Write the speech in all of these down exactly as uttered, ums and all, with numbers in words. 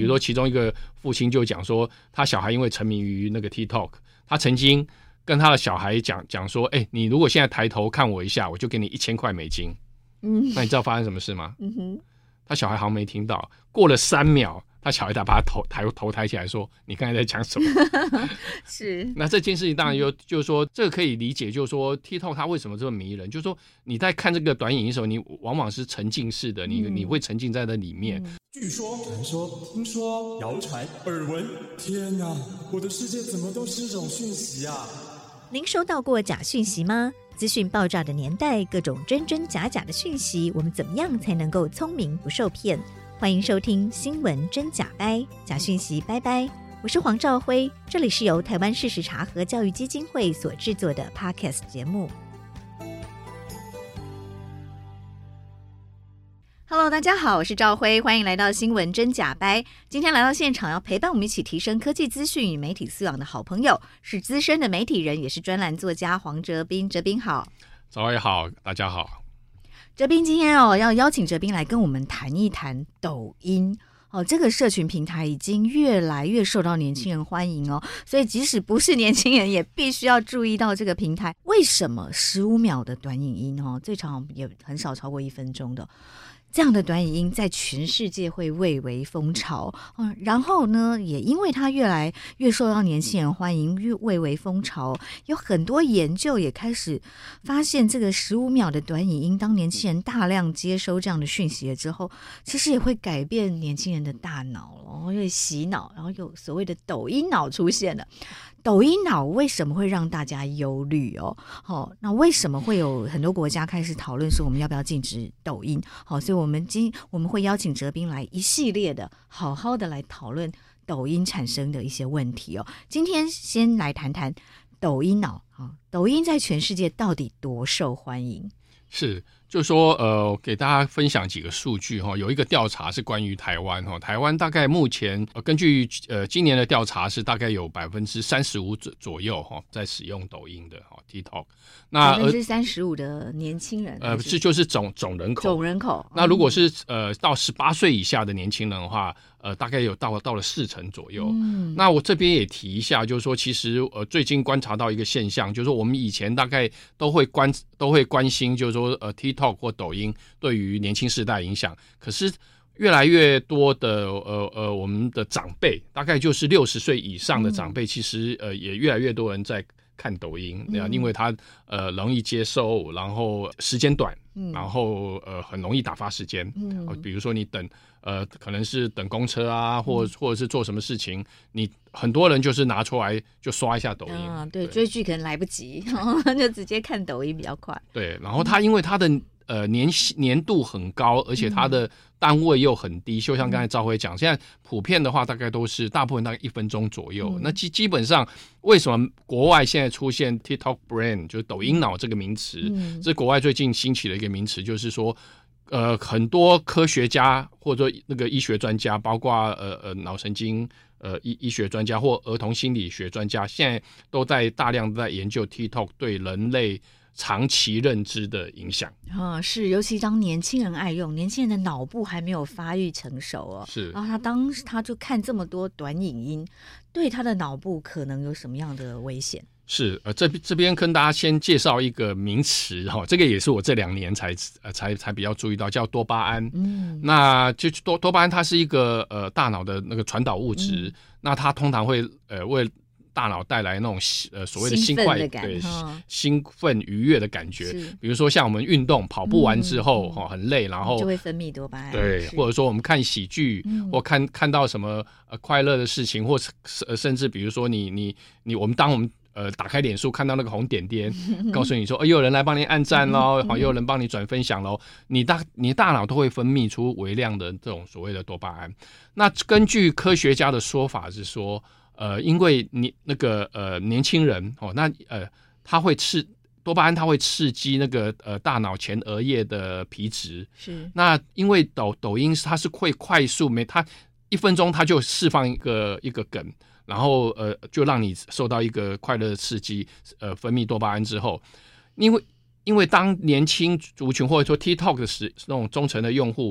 如说其中一个父亲就讲说，他小孩因为沉迷于那个 TikTok， 他曾经跟他的小孩讲讲说，哎、欸，你如果现在抬头看我一下，我就给你一千块美金。嗯，那你知道发生什么事吗？嗯哼，他小孩好像没听到，过了三秒。他小孩才把他头抬头抬起来说：“你刚才在讲什么？”是。那这件事情当然就就是说，这个可以理解，就是说 TikTok 它为什么这么迷人，就是说你在看这个短影音的时候，你往往是沉浸式的，你、嗯、你会沉浸在那里面。嗯、 据说、传说、听说、谣传、耳闻，天哪，我的世界怎么都是这种讯息啊！ 您收到过假讯息吗？资讯爆炸的年代，各种真真假假的讯息，我们怎么样才能够聪明不受骗？欢迎收听新闻真假掰，假讯息拜拜，我是黄兆辉，这里是由台湾事实查核教育基金会所制作的 Podcast 节目。Hello， 大家好，我是兆辉，欢迎来到新闻真假掰。今天来到现场要陪伴我们一起提升科技资讯与媒体素养的好朋友，是资深的媒体人，也是专栏作家黄哲斌。哲斌好。 兆辉好，大家好。 哲斌今天哦，要邀请哲斌来跟我们谈一谈抖音哦，这个社群平台已经越来越受到年轻人欢迎哦，所以即使不是年轻人，也必须要注意到这个平台。为什么十五秒的短影音哦，最长也很少超过一分钟的？这样的短影音在全世界会蔚为风潮、嗯、然后呢也因为它越来越受到年轻人欢迎，越蔚为风潮，有很多研究也开始发现这个十五秒的短影音，当年轻人大量接收这样的讯息了之后，其实也会改变年轻人的大脑，然后又洗脑，然后有所谓的抖音脑出现了。抖音脑为什么会让大家忧虑哦？哦，那为什么会有很多国家开始讨论说我们要不要禁止抖音？好、哦，所以我们今我们会邀请哲斌来一系列的好好的来讨论抖音产生的一些问题哦。今天先来谈谈抖音脑啊、哦，抖音在全世界到底多受欢迎？ 是，就说呃，给大家分享几个数据哈。有一个调查是关于台湾哈，台湾大概目前、呃、根据呃今年的调查是大概有百分之三十五左右哈，在使用抖音的哈 TikTok。那百分之三十五的年轻人， 呃，这就是总总人口。 总人口。 那如果是呃到十八岁以下的年轻人的话，呃，大概有到到了四成左右。嗯，那我这边也提一下，就是说，其实呃最近观察到一个现象，就是说我们以前大概都会关都会关心，就是说呃 TikTok 或抖音对于年轻世代影响，可是越来越多的呃呃我们的长辈，大概就是六十岁以上的长辈，嗯、其实呃也越来越多人在看抖音，嗯、因为它呃容易接受，然后时间短，嗯、然后呃很容易打发时间。嗯、呃，比如说你等呃可能是等公车啊，或者、嗯、或者是做什么事情，你很多人就是拿出来就刷一下抖音。啊， 对，对追剧可能来不及，就直接看抖音比较快。 对，然后它因为它的呃年年度很高，而且它的单位又很低，就像刚才兆辉讲，现在普遍的话大概都是大部分大概一分钟左右。嗯、那基基本上为什么国外现在出现 TikTok brain 就是抖音脑这个名词？嗯、这是国外最近兴起的一个名词，就是说。呃，很多科学家或者说那个医学专家，包括呃呃脑神经呃医医学专家或儿童心理学专家，现在都在大量在研究 TikTok 对人类长期认知的影响。 啊，是，尤其当年轻人爱用，年轻人的脑部还没有发育成熟哦， 是， 然后他当他就看这么多短影音，对他的脑部可能有什么样的危险？ 是，呃，这这边跟大家先介绍一个名词哈、哦，这个也是我这两年才呃才才比较注意到，叫多巴胺。嗯，那就多多巴胺它是一个呃大脑的那个传导物质，嗯、那它通常会呃为大脑带来那种呃所谓的兴快兴对、 哦、兴奋愉悦的感觉。比如说像我们运动跑步完之后哈、嗯哦、很累，然后就会分泌多巴胺。 对，或者说我们看喜剧、嗯、或看看到什么呃快乐的事情，或呃甚至比如说你你你我们当我们呃，打开脸书看到那个红点点，告诉你说，哦，又有人来帮你按赞喽，好，又有人帮你转分享喽，你大你大脑都会分泌出微量的这种所谓的多巴胺。那根据科学家的说法是说，呃，因为你那个呃年轻人哦，那呃他会刺多巴胺，它会刺激那个呃大脑前额叶的皮质。是。那因为抖抖音它是会快速每它一分钟它就释放一个一个梗。然后呃，就让你受到一个快乐的刺激，呃，分泌多巴胺之后，因为因为当年轻族群或者说 TikTok 的时那种忠诚的用户，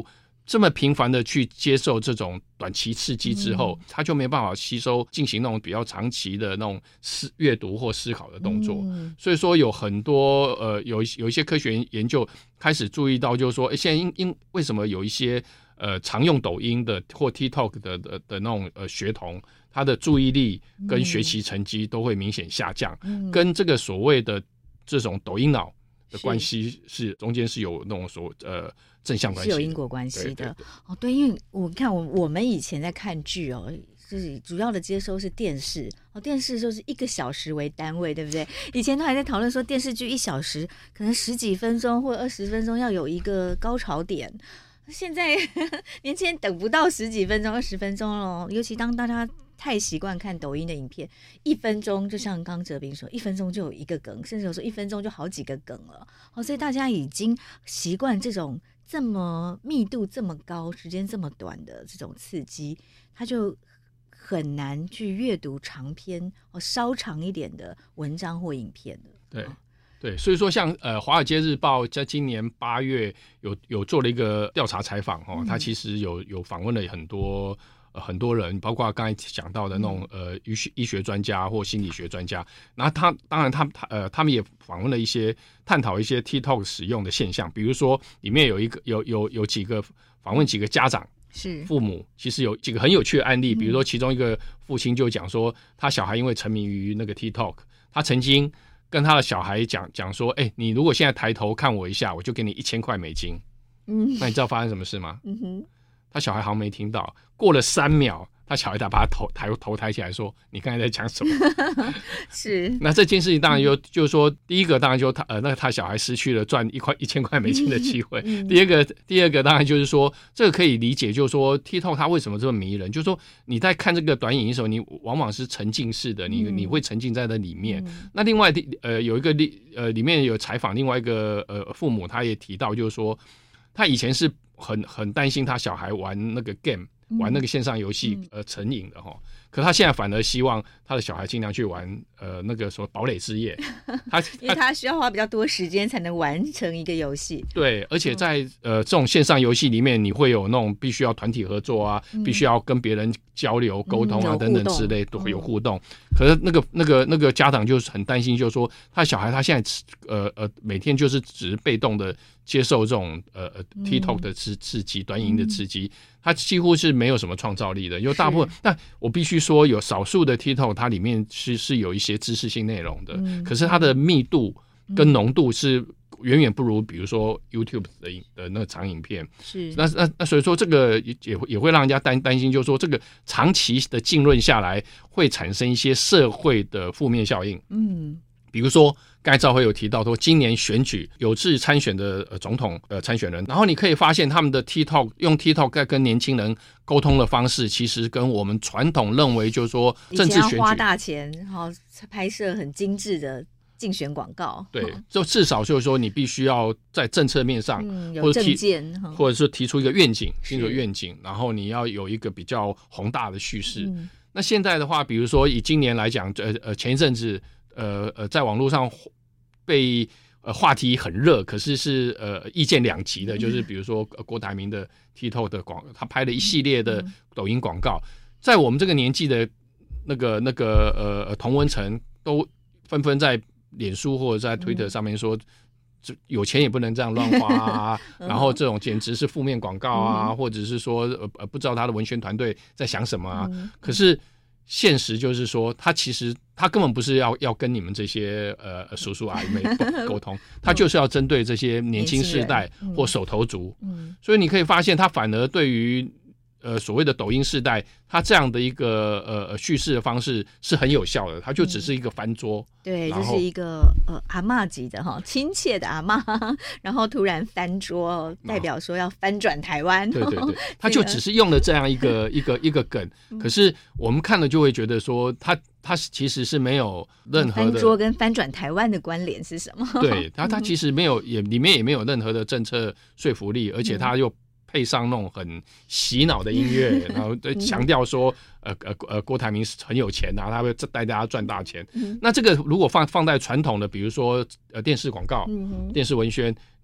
这么频繁的去接受这种短期刺激之后，嗯、他就没办法吸收进行那种比较长期的那种思阅读或思考的动作。嗯、所以说有很多呃有有一些科学研究开始注意到，就是说，现在因因为什么有一些呃常用抖音的或 TikTok 的的的那种呃学童，他的注意力跟学习成绩都会明显下降，嗯、跟这个所谓的这种抖音脑的关系是中间是有那种所呃正向关系， 是有因果关系的。 对对对哦，对，因为我看我我们以前在看剧哦，就是主要的接收是电视哦，电视就是一个小时为单位，对不对？以前都还在讨论说电视剧一小时可能十几分钟或二十分钟要有一个高潮点。现在年轻人等不到十几分钟、二十分钟了，尤其当大家太习惯看抖音的影片，一分钟就像刚哲斌说，一分钟就有一个梗，甚至有时候一分钟就好几个梗了。哦，所以大家已经习惯这种这么密度这么高、时间这么短的这种刺激，他就很难去阅读长篇哦稍长一点的文章或影片了。 对。对，所以说像呃《华尔街日报》在今年八月有有做了一个调查采访哦，他其实有有访问了很多呃很多人，包括刚才讲到的那种呃医学医学专家或心理学专家。然后他当然他他呃他们也访问了一些探讨一些 TikTok 使用的现象，比如说里面有一个有有有几个访问几个家长。 是父母其实有几个很有趣的案例，比如说其中一个父亲就讲说，他小孩因为沉迷于那个 TikTok， 他曾经跟他的小孩讲讲说，哎、欸，你如果现在抬头看我一下，我就给你一千块美金。嗯，那你知道发生什么事吗？嗯哼，他小孩好像没听到，过了三秒，他小孩才把他头抬头抬起来说：“你刚才在讲什么？” 是。 那这件事情当然就、嗯、就是说，第一个当然就他呃，那他小孩失去了赚一块一千块美金的机会。嗯嗯、第二个，第二个当然就是说，这个可以理解，就是说 TikTok 它为什么这么迷人？就是说你在看这个短影音的时候，你往往是沉浸式的，你、嗯、你会沉浸在那里面。嗯、那另外呃有一个呃里面有采访另外一个呃父母，他也提到，就是说他以前是很很担心他小孩玩那个 game。玩那个线上游戏呃成瘾的哈，可他现在反而希望他的小孩尽量去玩呃那个什么堡垒之夜， 他因为他需要花比较多时间才能完成一个游戏。 对，而且在、嗯、呃这种线上游戏里面，你会有那种必须要团体合作啊，嗯、必须要跟别人交流沟通啊、嗯、等等之类都会有互动。嗯、可是那个那个那个家长就是很担心，就是说他小孩他现在呃呃每天就是只是被动的接受这种呃呃 TikTok 的刺刺激、短影音的刺激。嗯它几乎是没有什么创造力的，有大部分。但我必须说，有少数的 TikTok 它里面是是有一些知识性内容的，嗯、可是它的密度跟浓度是远远不如，比如说 YouTube 的的那个长影片。是，那那那所以说这个也也会让人家担担心，就是说这个长期的浸润下来，会产生一些社会的负面效应。嗯，比如说。刚才赵辉有提到说，今年选举有志参选的、呃、总统呃参选人，然后你可以发现他们的 TikTok 用 TikTok 在跟年轻人沟通的方式，其实跟我们传统认为就是说政治选举以前要花大钱，然后拍摄很精致的竞选广告， 对，就至少就是说你必须要在政策面上， 嗯、有政见， 或者是提出一个愿景，清楚愿景，然后你要有一个比较宏大的叙事。嗯、那现在的话，比如说以今年来讲，呃呃前一阵子呃呃在网络上。被呃话题很热，可是是呃意见两极的，就是比如说、呃、郭台铭的 TikTok 的广，他拍了一系列的抖音广告，在我们这个年纪的那个那个呃同温层都纷纷在脸书或者在 Twitter 上面说，有钱也不能这样乱花啊，然后这种简直是负面广告啊，或者是说呃不知道他的文宣团队在想什么啊，可是。现实就是说，他其实他根本不是要要跟你们这些呃叔叔阿姨们沟通，他就是要针对这些年轻世代或手头族。嗯嗯、所以你可以发现，他反而对于呃所谓的抖音世代，他这样的一个呃叙事的方式是很有效的，他就只是一个翻桌。嗯、 对，就是一个呃阿嬷级的哈，亲切的阿嬷，然后突然翻桌，代表说要翻转台湾。 对对对，他就只是用了这样一个一个一个梗，可是我们看了就会觉得说，他他其实是没有任何的翻桌跟翻转台湾的关联是什么？ 对，他他其实没有也里面也没有任何的政策说服力，而且他又。配上那种很洗脑的音乐，然后强调说，呃呃呃，郭台铭很有钱啊，他会带大家赚大钱。嗯、那这个如果放放在传统的，比如说呃电视广告、嗯、电视文宣，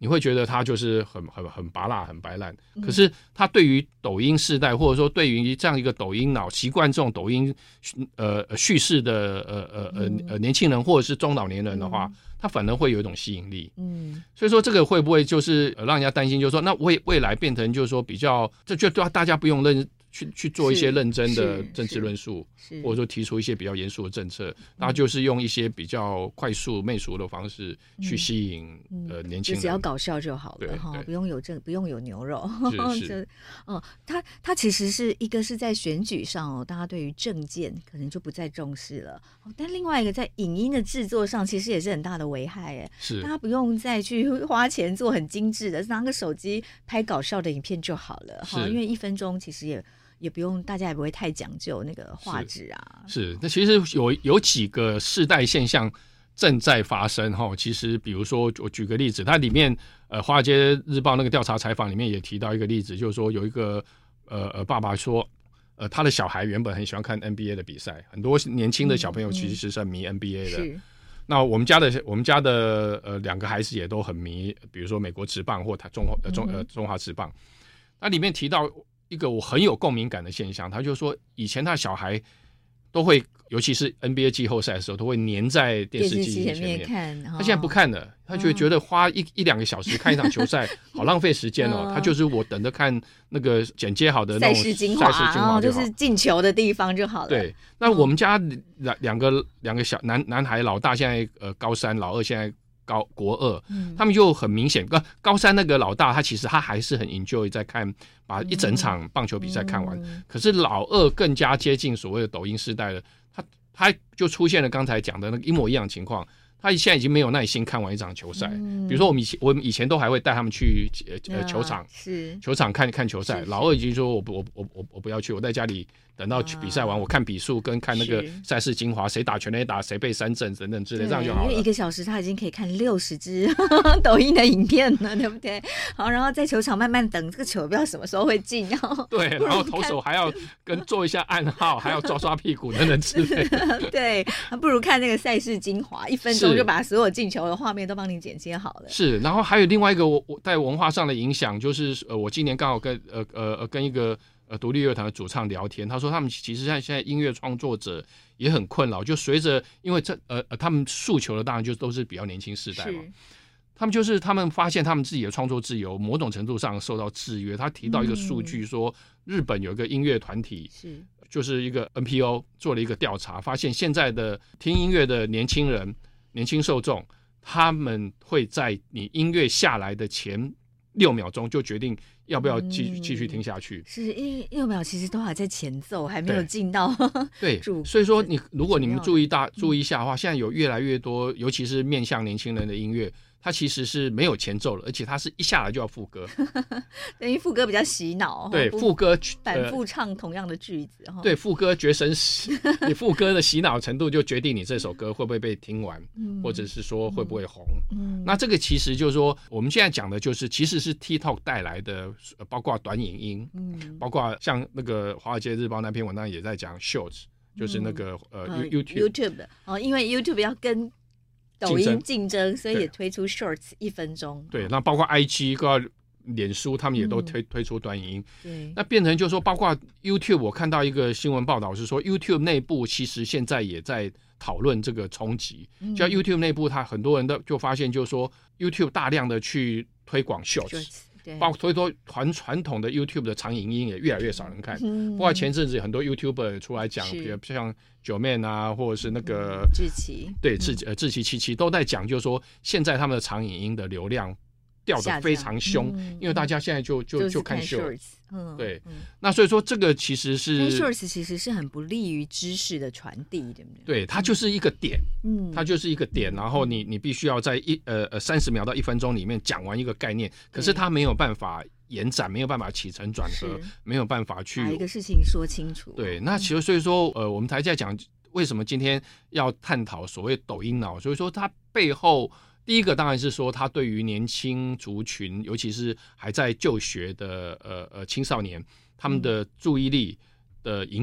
你会觉得他就是很很很拔辣很白烂，可是他对于抖音世代，或者说对于这样一个抖音脑习惯这种抖音呃叙事的呃呃呃呃年轻人或者是中老年人的话，他反而会有一种吸引力。嗯，所以说这个会不会就是让人家担心，就是说那未未来变成就是说比较，这就大家不用认。去去做一些认真的政治论述，或者说提出一些比较严肃的政策，那就是用一些比较快速媚俗的方式去吸引、嗯、呃年轻人， 就只要搞笑就好了哈，不用有正不用有牛肉。 是是， 哦，他他其实是一个是在选举上哦，大家对于政见可能就不再重视了，但另外一个在影音的制作上，其实也是很大的危害哎， 是大家不用再去花钱做很精致的，拿个手机拍搞笑的影片就好了哈，因为一分钟其实也。也不用，大家也不会太讲究那个画质啊。 是，那其实有有几个世代现象正在发生哈。其实，比如说，我举个例子，它里面呃，《华尔街日报》那个调查采访里面也提到一个例子，就是说有一个呃呃爸爸说，呃，他的小孩原本很喜欢看 N B A 的比赛，很多年轻的小朋友其实是很迷 N B A 的。嗯嗯、那我们家的我们家的呃两个孩子也都很迷，比如说美国职棒或台中呃中呃中华职棒。那里面提到一个我很有共鸣感的现象，他就说以前他的小孩都会，尤其是 N B A 季后赛的时候，都会黏在电视机前面看。 他现在不看了，他就会觉得花一、嗯、一两个小时看一场球赛，好浪费时间哦。他就是我等着看那个剪接好的那种赛事精华， 赛事精华就好， 就是进球的地方就好了。 对，那我们家两两个两个小男男孩，老大现在呃高三，老二现在。高国二、嗯，他们就很明显，高高三那个老大，他其实他还是很 enjoy 在看，把一整场棒球比赛看完。嗯、可是老二更加接近所谓的抖音时代了，他他就出现了刚才讲的那个一模一样的情况。他现在已经没有耐心看完一场球赛，嗯、比如说我们以前我们以前都还会带他们去呃球场， 是球场看看球赛。老二已经说我不我我我我不要去，我在家里等到比赛完，啊、我看比数跟看那个赛事精华，谁打全垒打，谁被三振等等之类，这样就好了。 因为一个小时他已经可以看六十支抖音的影片了，对不对？好，然后在球场慢慢等这个球，不知道什么时候会进，然后对，然后投手还要跟做一下暗号，还要抓抓屁股等等之类的。 对，不如看那个赛事精华，一分钟就把所有进球的画面都帮你剪接好了。 是，然后还有另外一个我在文化上的影响，就是呃，我今年刚好跟呃呃跟一个呃独立乐团的主唱聊天，他说他们其实现在现在音乐创作者也很困扰，就随着因为这呃呃他们诉求的当然就都是比较年轻世代嘛。他们就是他们发现他们自己的创作自由某种程度上受到制约。他提到一个数据说，日本有一个音乐团体，是就是一个 N P O 做了一个调查，发现现在的听音乐的年轻人、年轻受众，他们会在你音乐下来的前六秒钟就决定要不要继续继续听下去。 是因六秒其实都还在前奏，还没有进到对，所以说你如果你们注意大注意一下的话，现在有越来越多，尤其是面向年轻人的音乐。它其实是没有前奏了，而且它是一下来就要副歌， 等于副歌比较洗脑。 对，副歌反复唱同样的句子。 呃、对，副歌决生你副歌的洗脑程度就决定你这首歌会不会被听完，嗯、或者是说会不会红。嗯、那这个其实就是说，我们现在讲的就是其实是 TikTok 带来的，包括短影音，嗯、包括像那个《华尔街日报》那篇文章也在讲 Shorts， 就是那个、嗯、呃 YouTube YouTube 哦，因为 YouTube 要跟抖音竞争，所以也推出 Shorts 一分钟。 对，那包括 I G、包括脸书，他们也都推、嗯、推出短影音。对，那变成就是说，包括 YouTube， 我看到一个新闻报道是说 ，YouTube 内部其实现在也在讨论这个冲击。嗯、就 YouTube 内部，他很多人都就发现，就是说 YouTube 大量的去推广 Shorts。包括所以说传传统的 YouTube 的长影音也越来越少人看。嗯、不过前阵子很多 YouTuber 出来讲，比如像九妹啊，或者是那个志祺， 对志呃志祺七七都在讲，就是说现在他们的长影音的流量掉得非常凶，嗯、因为大家现在就就、 就是、 就看 Shorts。嗯、 对、嗯，那所以说这个其实是 Shorts 其实是很不利于知识的传递，对不对？ 对，它就是一个点，嗯，它就是一个点，然后你你必须要在一呃呃三十秒到一分钟里面讲完一个概念，可是它没有办法延展，没有办法起承转合，没有办法去把一个事情说清楚。 对，那其实所以说呃，我们才在讲为什么今天要探讨所谓抖音脑，所以说它背后。第一个当然是说，他对于年轻族群，尤其是还在就学的呃呃青少年，他们的注意力的影响。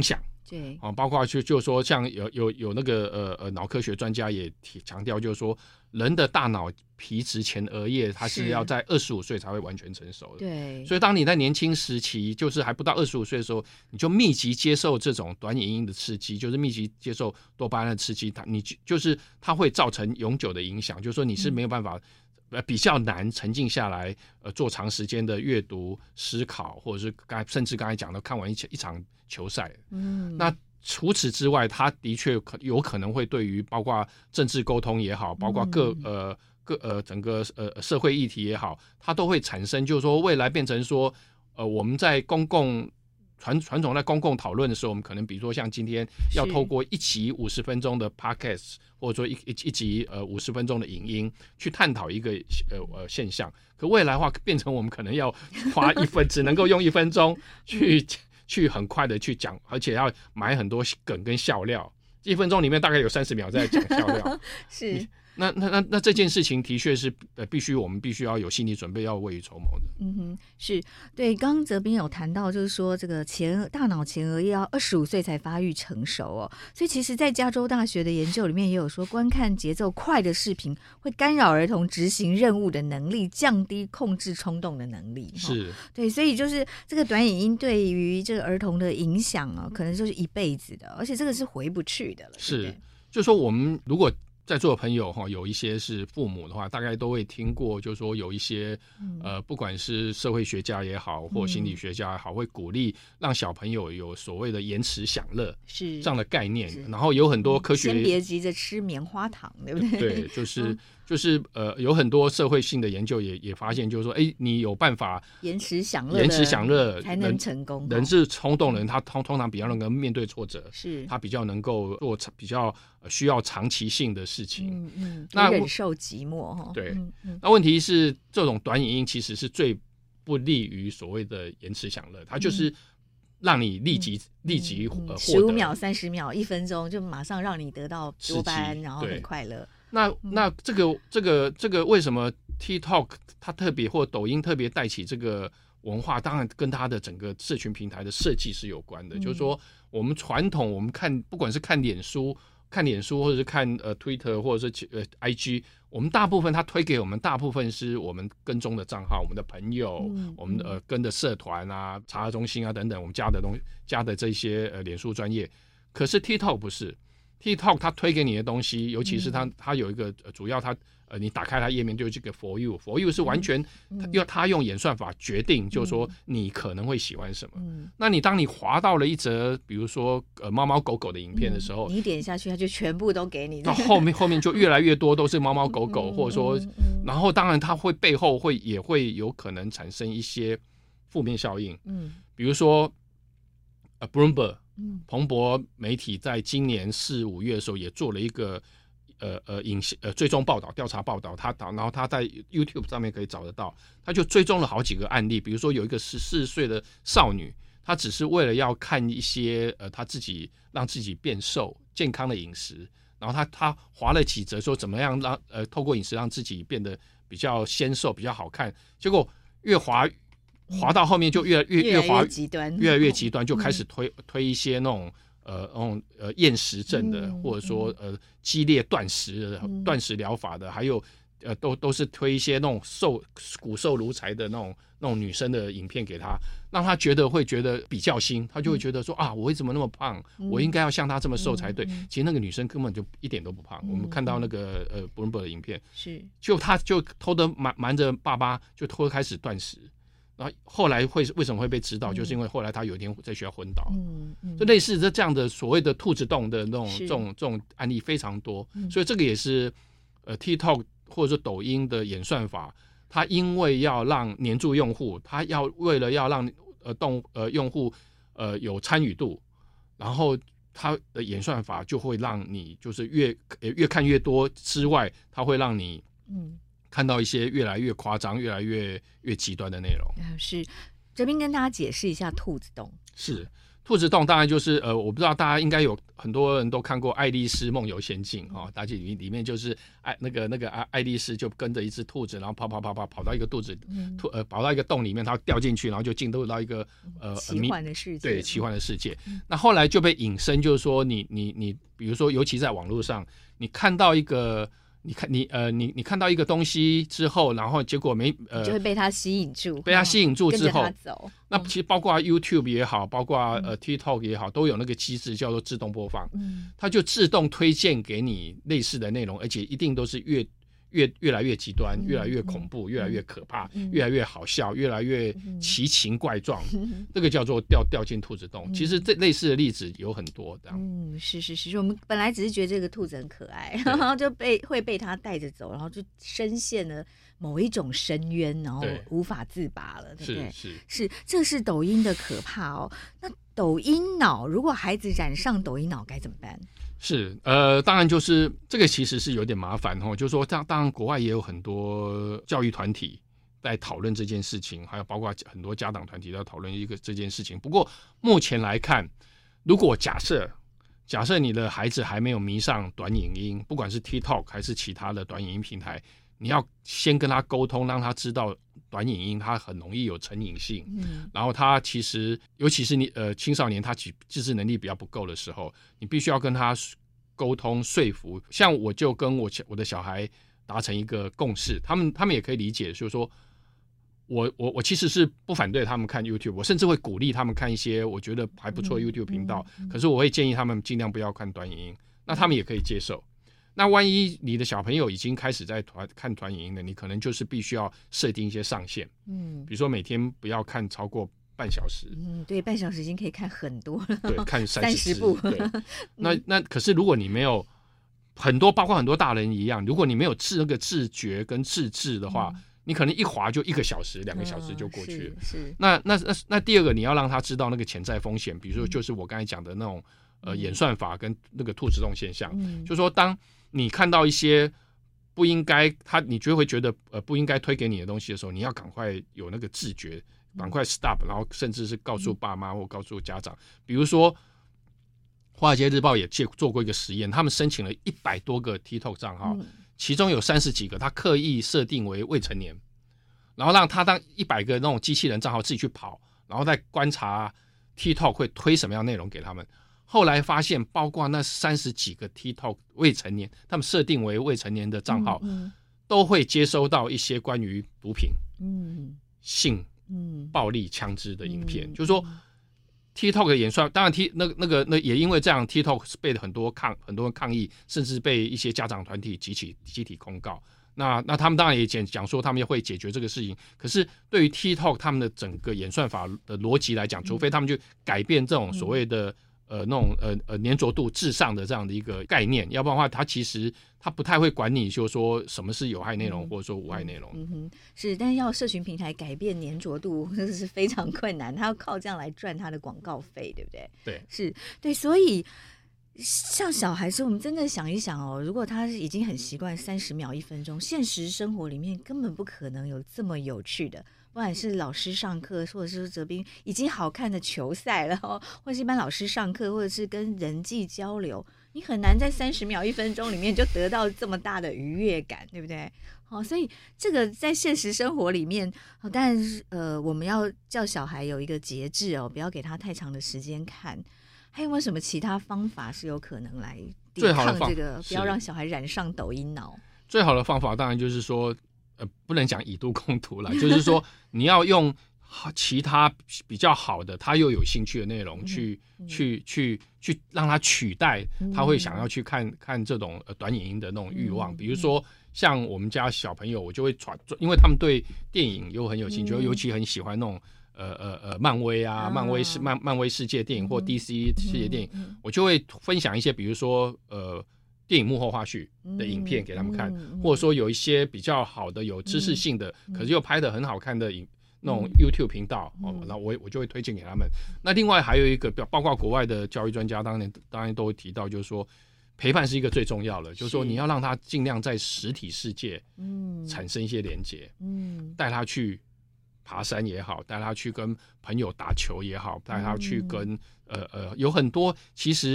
对， 啊，包括就就是说像有有有那个呃呃脑科学专家也提强调，就是说人的大脑皮质前额叶它是要在二十五岁才会完全成熟的。 对， 所以当你在年轻时期，就是还不到二十五岁的时候，你就密集接受这种短影音的刺激，就是密集接受多巴胺的刺激，它你就是它会造成永久的影响，就是说你是没有办法。嗯呃，比较难沉静下来，呃，做长时间的阅读、思考，或者是刚甚至刚才讲的看完一一场球赛。嗯，那除此之外，它的确可有可能会对于包括政治沟通也好，包括各、嗯、呃各呃整个呃社会议题也好，它都会产生，就是说未来变成说，呃，我们在公共。传传统在公共讨论的时候，我们可能比如说像今天要透过一集五十分钟的 podcast， 或者说一一一集呃五十分钟的影音去探讨一个呃呃现象。可未来的话，变成我们可能要花一分，只能够用一分钟去去很快的去讲，而且要埋很多梗跟笑料。一分钟里面大概有三十秒在讲笑料， 是。 那那那那这件事情的确是呃，必须我们必须要有心理准备，要未雨绸缪的。 嗯哼，是对。刚刚哲斌有谈到，就是说这个前大脑前额叶要二十五岁才发育成熟哦，所以其实，在加州大学的研究里面也有说，观看节奏快的视频会干扰儿童执行任务的能力，降低控制冲动的能力。 是， 对，所以就是这个短影音对于这个儿童的影响啊，可能就是一辈子的，而且这个是回不去的了。 是， 对对就是说我们如果在座的朋友哈，有一些是父母的话，大概都会听过，就是说有一些、嗯、呃，不管是社会学家也好，或心理学家也好，嗯、会鼓励让小朋友有所谓的延迟享乐是这样的概念。然后有很多科学， 先别急着吃棉花糖，对不对？ 对，就是。嗯就是呃，有很多社会性的研究也也发现，就是说，哎，你有办法延迟享乐， 延迟享乐才能成功。 人是冲动人，他通通常比较能够面对挫折， 是他比较能够做比较需要长期性的事情。 嗯嗯，那忍受寂寞哈。 对， 嗯嗯、 那问题是这种短影音其实是最不利于所谓的延迟享乐，它就是让你立即、嗯、立即呃获得十五秒、三十秒、一分钟，就马上让你得到多巴胺，然后很快乐。 那那这个这个这个为什么 TikTok 它特别或抖音特别带起这个文化？当然跟它的整个社群平台的设计是有关的。嗯、就是说，我们传统我们看，不管是看脸书、看脸书，或者是看呃 Twitter 或者是呃 I G， 我们大部分它推给我们，大部分是我们跟踪的账号、我们的朋友、嗯、我们的、呃、跟的社团啊、查核中心啊等等，我们加的东西加的这些呃脸书专页。可是 TikTok 不是。TikTok 它推给你的东西，尤其是它、嗯、它有一个、呃、主要它呃你打开它页面就是这个 For You，For You 是完全要、嗯、它用演算法决定，就是说你可能会喜欢什么。嗯、那你当你滑到了一则比如说呃猫猫狗狗的影片的时候， 嗯、你点下去它就全部都给你。 到后面后面就越来越多都是猫猫狗狗，嗯、或者说，嗯嗯、然后当然它会背后会也会有可能产生一些负面效应。嗯，比如说呃 Bloomberg。彭博媒体在今年四五月的时候也做了一个呃呃影呃追踪报道调查报道，他然后他在 YouTube 上面可以找得到，他就追踪了好几个案例，比如说有一个十四岁的少女，她只是为了要看一些呃她自己让自己变瘦健康的饮食，然后她她划了几则说怎么样让呃透过饮食让自己变得比较纤瘦比较好看，结果越划滑到后面就越越越滑越极端， 越来越极端，就开始推、嗯、推一些那种呃那种呃厌食症的，嗯、或者说呃激烈断食的、嗯、断食疗法的，还有呃都都是推一些那种瘦骨瘦如柴的那种那种女生的影片给他，让他觉得会觉得比较心，他就会觉得说、嗯、啊，我为什么那么胖？嗯、我应该要像他这么瘦才对。嗯、其实那个女生根本就一点都不胖。嗯、我们看到那个呃 Bloomberg 的影片，是就他就偷得瞒瞒着爸爸，就偷开始断食。然后后来会为什么会被知道？嗯、就是因为后来他有一天在学校昏倒，嗯嗯、就类似这这样的所谓的兔子洞的那种这种这种案例非常多，嗯、所以这个也是呃 TikTok 或者说抖音的演算法，它因为要让黏住用户，它要为了要让呃动呃用户呃有参与度，然后它的演算法就会让你就是越越看越多之外，它会让你嗯。看到一些越来越夸张、越来越越极端的内容。 是，哲斌跟大家解释一下兔子洞。 是，兔子洞当然就是呃，我不知道大家应该有很多人都看过《爱丽丝梦游仙境》哦，大家里里面就是爱那个那个爱爱丽丝就跟着一只兔子，然后跑跑跑跑跑到一个肚子、嗯、兔呃跑到一个洞里面，它掉进去，然后就进入到一个呃奇幻的世界， 对奇幻的世界。嗯、那后来就被引申，就是说你你你，比如说，尤其在网络上，你看到一个。你看你呃你你看到一个东西之后，然后结果没呃， 你就会被它吸引住， 被它吸引住之后， 跟着它走。 那其实包括 YouTube 也好，包括呃 TikTok 也好，都有那个机制叫做自动播放，嗯，它就自动推荐给你类似的内容，而且一定都是越越越来越极端，越来越恐怖，越来越可怕，越来越好笑，越来越奇形怪状，这个叫做掉掉进兔子洞。其实这类似的例子有很多这样。 嗯，是是是，我们本来只是觉得这个兔子很可爱，然后就被会被它带着走，然后就深陷了某一种深渊，然后无法自拔了，对不对？ 是是是，这是抖音的可怕哦。那抖音脑，如果孩子染上抖音脑该怎么办？ 是，呃，当然就是这个其实是有点麻烦哦，就是说，当当然国外也有很多教育团体在讨论这件事情，还有包括很多家长团体在讨论一个这件事情。不过目前来看，如果假设假设你的孩子还没有迷上短影音，不管是 TikTok 还是其他的短影音平台，你要先跟他沟通，让他知道短影音它很容易有成瘾性，嗯，然后他其实尤其是你呃青少年他自制能力比较不够的时候，你必须要跟他沟通说服。像我就跟我我的小孩达成一个共识，他们他们也可以理解，就是说我我我其实是不反对他们看 YouTube， 我甚至会鼓励他们看一些我觉得还不错的 YouTube 频道，嗯嗯嗯，可是我会建议他们尽量不要看短影音，那他们也可以接受。那万一你的小朋友已经开始在团看短影音了，你可能就是必须要设定一些上限，嗯，比如说每天不要看超过半小时， 嗯，对，半小时已经可以看很多了， 对，看三十部，对，那那可是如果你没有很多，包括很多大人一样，如果你没有自那个自觉跟自制的话，嗯，你可能一滑就一个小时、两个小时就过去了。嗯，是, 是那那那那第二个，你要让他知道那个潜在风险，比如说就是我刚才讲的那种呃演算法跟那个兔子洞现象，嗯，就是说当你看到一些不应该他你就会觉得呃不应该推给你的东西的时候，你要赶快有那个自觉，赶快 stop， 然后甚至是告诉爸妈或告诉家长。比如说华尔街日报也做过一个实验，他们申请了一百多个 TikTok 账号，嗯，其中有三十几个他刻意设定为未成年，然后让他当一百个那种机器人账号自己去跑，然后再观察 TikTok 会推什么样的内容给他们。后来发现，包括那三十几个 TikTok 未成年，他们设定为未成年的账号，嗯嗯，都会接收到一些关于毒品、嗯、性、嗯、暴力、枪支的影片。嗯，就是说 ，TikTok 的演算，当然 T 那那个那也因为这样 ，TikTok 被很多抗很多人抗议，甚至被一些家长团体集体集体公告。那那他们当然也讲讲说他们会解决这个事情，可是对于 TikTok 他们的整个演算法的逻辑来讲，除非他们就改变这种所谓的。呃，那种呃呃粘着度至上的这样的一个概念，要不然的话，它其实它不太会管你，就是说什么是有害内容，嗯，或者说无害内容。 嗯哼，是，但是要社群平台改变粘着度，这是非常困难，它要靠这样来赚它的广告费，对不对？ 对， 是，对，所以像小孩子，我们真的想一想哦，如果他已经很习惯三十秒、一分钟，现实生活里面根本不可能有这么有趣的。不管是老师上课，或者是哲斌已经好看的球赛了，哦，或者是一般老师上课，或者是跟人际交流，你很难在三十秒、一分钟里面就得到这么大的愉悦感，对不对？好，所以这个在现实生活里面，当然是呃，我们要叫小孩有一个节制哦，不要给他太长的时间看。还有没有什么其他方法是有可能来抵抗这个，不要让小孩染上抖音脑？ 最好的方法当然就是说。呃，不能讲以毒攻毒了，就是说你要用其他比较好的，他又有兴趣的内容去、嗯、去去去让他取代他会想要去看看这种呃短影音的那种欲望。嗯、比如说像我们家小朋友，我就会传，因为他们对电影又很有兴趣，嗯、尤其很喜欢那种呃呃呃漫威啊、漫威世漫漫威世界电影或 D C 世界电影，嗯、我就会分享一些，比如说呃。电影幕后花絮的影片给他们看，嗯嗯、或者说有一些比较好的、有知识性的，嗯、可是又拍得很好看的影那种 YouTube 频道，嗯、哦，然后我我就会推荐给他们。那另外还有一个，包括国外的教育专家，当然当然都会提到，就是说陪伴是一个最重要的，就是说你要让他尽量在实体世界产生一些连结，嗯，带他去爬山也好，带他去跟朋友打球也好，带他去跟、嗯、呃呃有很多其实。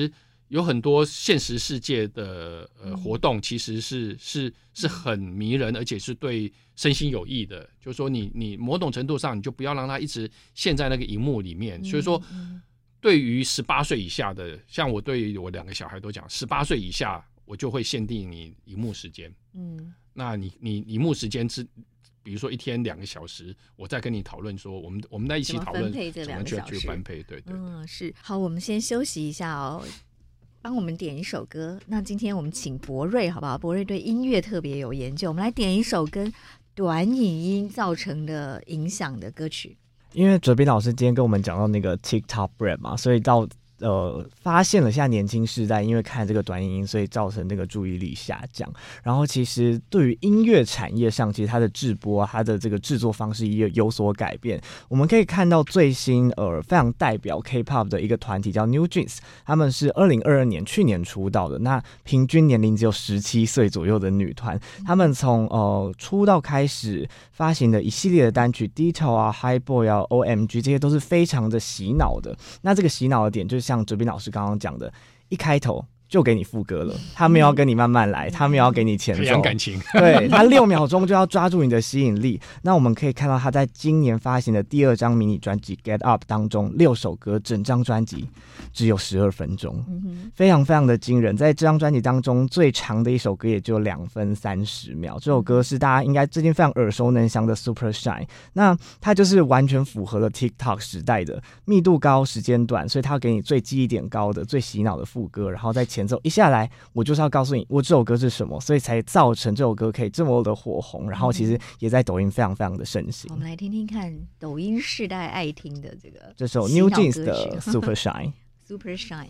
有很多现实世界的呃活动，其实是是是很迷人，而且是对身心有益的。就是说你，你某种程度上，你就不要让它一直陷在那个荧幕里面。所以说，对于十八岁以下的，像我对于我两个小孩都讲，十八岁以下我就会限定你荧幕时间。嗯，那你你荧幕时间之。比如说一天两个小时，我再跟你讨论说，我们我们在一起讨论怎么去去分配，对 对, 对。 嗯，是好，我们先休息一下哦，帮我们点一首歌。那今天我们请博瑞，好不好？博瑞对音乐特别有研究，我们来点一首跟短影音造成的影响的歌曲。 因为哲斌老师今天跟我们讲到那个 TikTok Brain 嘛，所以到。呃，发现了现在年轻世代因为看这个短影音，所以造成这个注意力下降。然后其实对于音乐产业上，其实它的制播、啊、它的这个制作方式也有所改变。我们可以看到最新呃非常代表 K-pop 的一个团体叫 New Jeans， 他们是二零二二年去年出道的，那平均年龄只有十七岁左右的女团。他们从呃出道开始发行的一系列的单曲 Detail 啊、High Boy 啊、O M G 这些都是非常的洗脑的。那这个洗脑的点就是像哲斌老师刚刚讲的，一开头就给你副歌了，他没有要跟你慢慢来，他没有要给你前奏， 培养感情， 对，他六秒钟就要抓住你的吸引力。那我们可以看到他在今年发行的第二张迷你专辑 Get Up 当中，六首歌，整张专辑只有十二分钟，非常非常的惊人。在这张专辑当中，最长的一首歌也就两分三十秒。这首歌是大家应该最近非常耳熟能详的 Super Shine。那它就是完全符合了 TikTok 时代的密度高、时间短，所以它要给你最记忆点高的、最洗脑的副歌，然后在前奏一下来，我就是要告诉你我这首歌是什么，所以才造成这首歌可以这么的火红，然后其实也在抖音非常非常的盛行。 我们来听听看抖音世代爱听的这个这首 New Jeans 的 Super Shine Super Shine。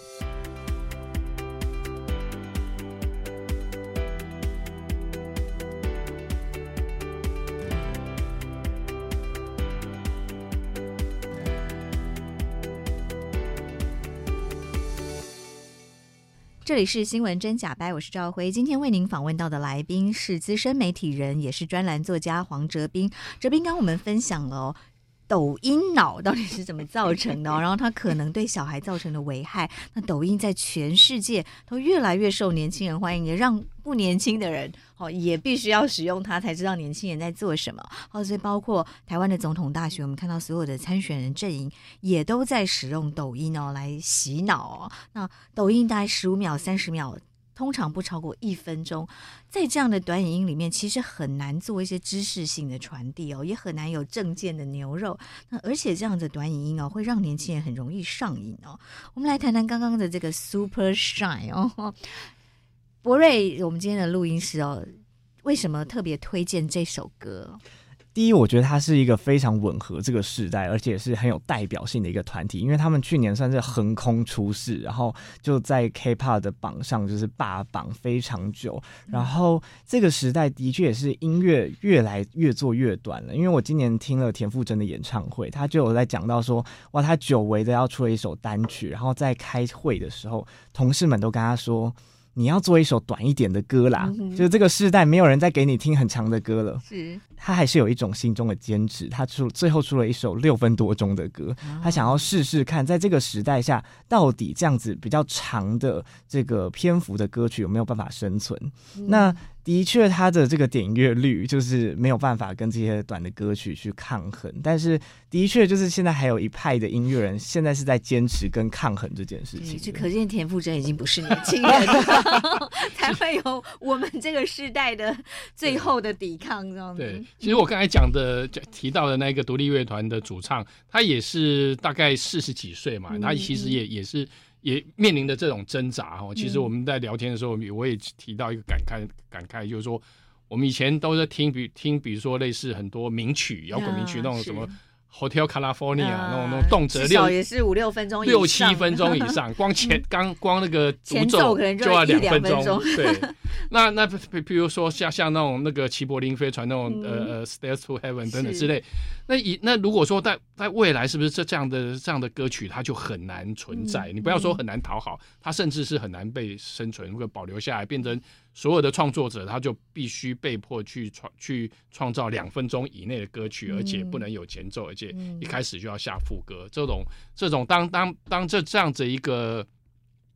这里是新闻真假掰，我是赵辉。今天为您访问到的来宾是资深媒体人，也是专栏作家黄哲斌。哲斌刚我们分享了、哦、抖音脑到底是怎么造成的、哦、然后它可能对小孩造成的危害。那抖音在全世界都越来越受年轻人欢迎，也让不年轻的人、哦、也必须要使用它才知道年轻人在做什么、哦、所以包括台湾的总统大选，我们看到所有的参选人阵营也都在使用抖音、哦、来洗脑、哦、那抖音大概十五秒三十秒，通常不超过一分钟，在这样的短影音里面其实很难做一些知识性的传递哦，也很难有政见的牛肉。那而且这样的短影音哦，会让年轻人很容易上瘾哦。我们来谈谈刚刚的这个 Super Shine 哦，博瑞，我们今天的录音师哦，为什么特别推荐这首歌？ 第一，我觉得它是一个非常吻合这个时代，而且是很有代表性的一个团体，因为他们去年算是横空出世，然后就在 K-pop 的榜上就是霸榜非常久。然后这个时代的确也是音乐越来越做越短了，因为我今年听了田馥甄的演唱会，他就有在讲到说，哇，他久违的要出了一首单曲，然后在开会的时候，同事们都跟他说，你要做一首短一点的歌啦、嗯、就是这个世代没有人再给你听很长的歌了，是他还是有一种心中的坚持，他出最后出了一首六分多钟的歌、哦、他想要试试看在这个时代下到底这样子比较长的这个篇幅的歌曲有没有办法生存、嗯、那的确他的这个点阅率就是没有办法跟这些短的歌曲去抗衡，但是的确就是现在还有一派的音乐人现在是在坚持跟抗衡这件事情， 就可见田馥甄已经不是年轻人了才会有我们这个世代的最后的抵抗这样子。 对，其实我刚才讲的提到的那个独立乐团的主唱，他也是大概四十几岁嘛、嗯、他其实也也是也面临的这种挣扎、哦、其实我们在聊天的时候我也提到一个感慨感慨就是说我们以前都在听比听比如说类似很多名曲摇滚名曲、啊、那种什么Hotel California、啊、那种那种动輒六也是五六分钟以上， 六七分钟以上，光前刚、嗯、光那个独奏就要两分钟。对，那那比如说像像那种那个齐柏林飞船那种、嗯、呃呃 Stairs to Heaven 等等之类，那以那如果说在在未来是不是这这样的这样的歌曲它就很难存在？嗯、你不要说很难讨好，它甚至是很难被生存或保留下来，变成所有的创作者他就必须被迫去创去创造两分钟以内的歌曲，而且不能有前奏，而且一开始就要下副歌。这种这种当当当这这样子一个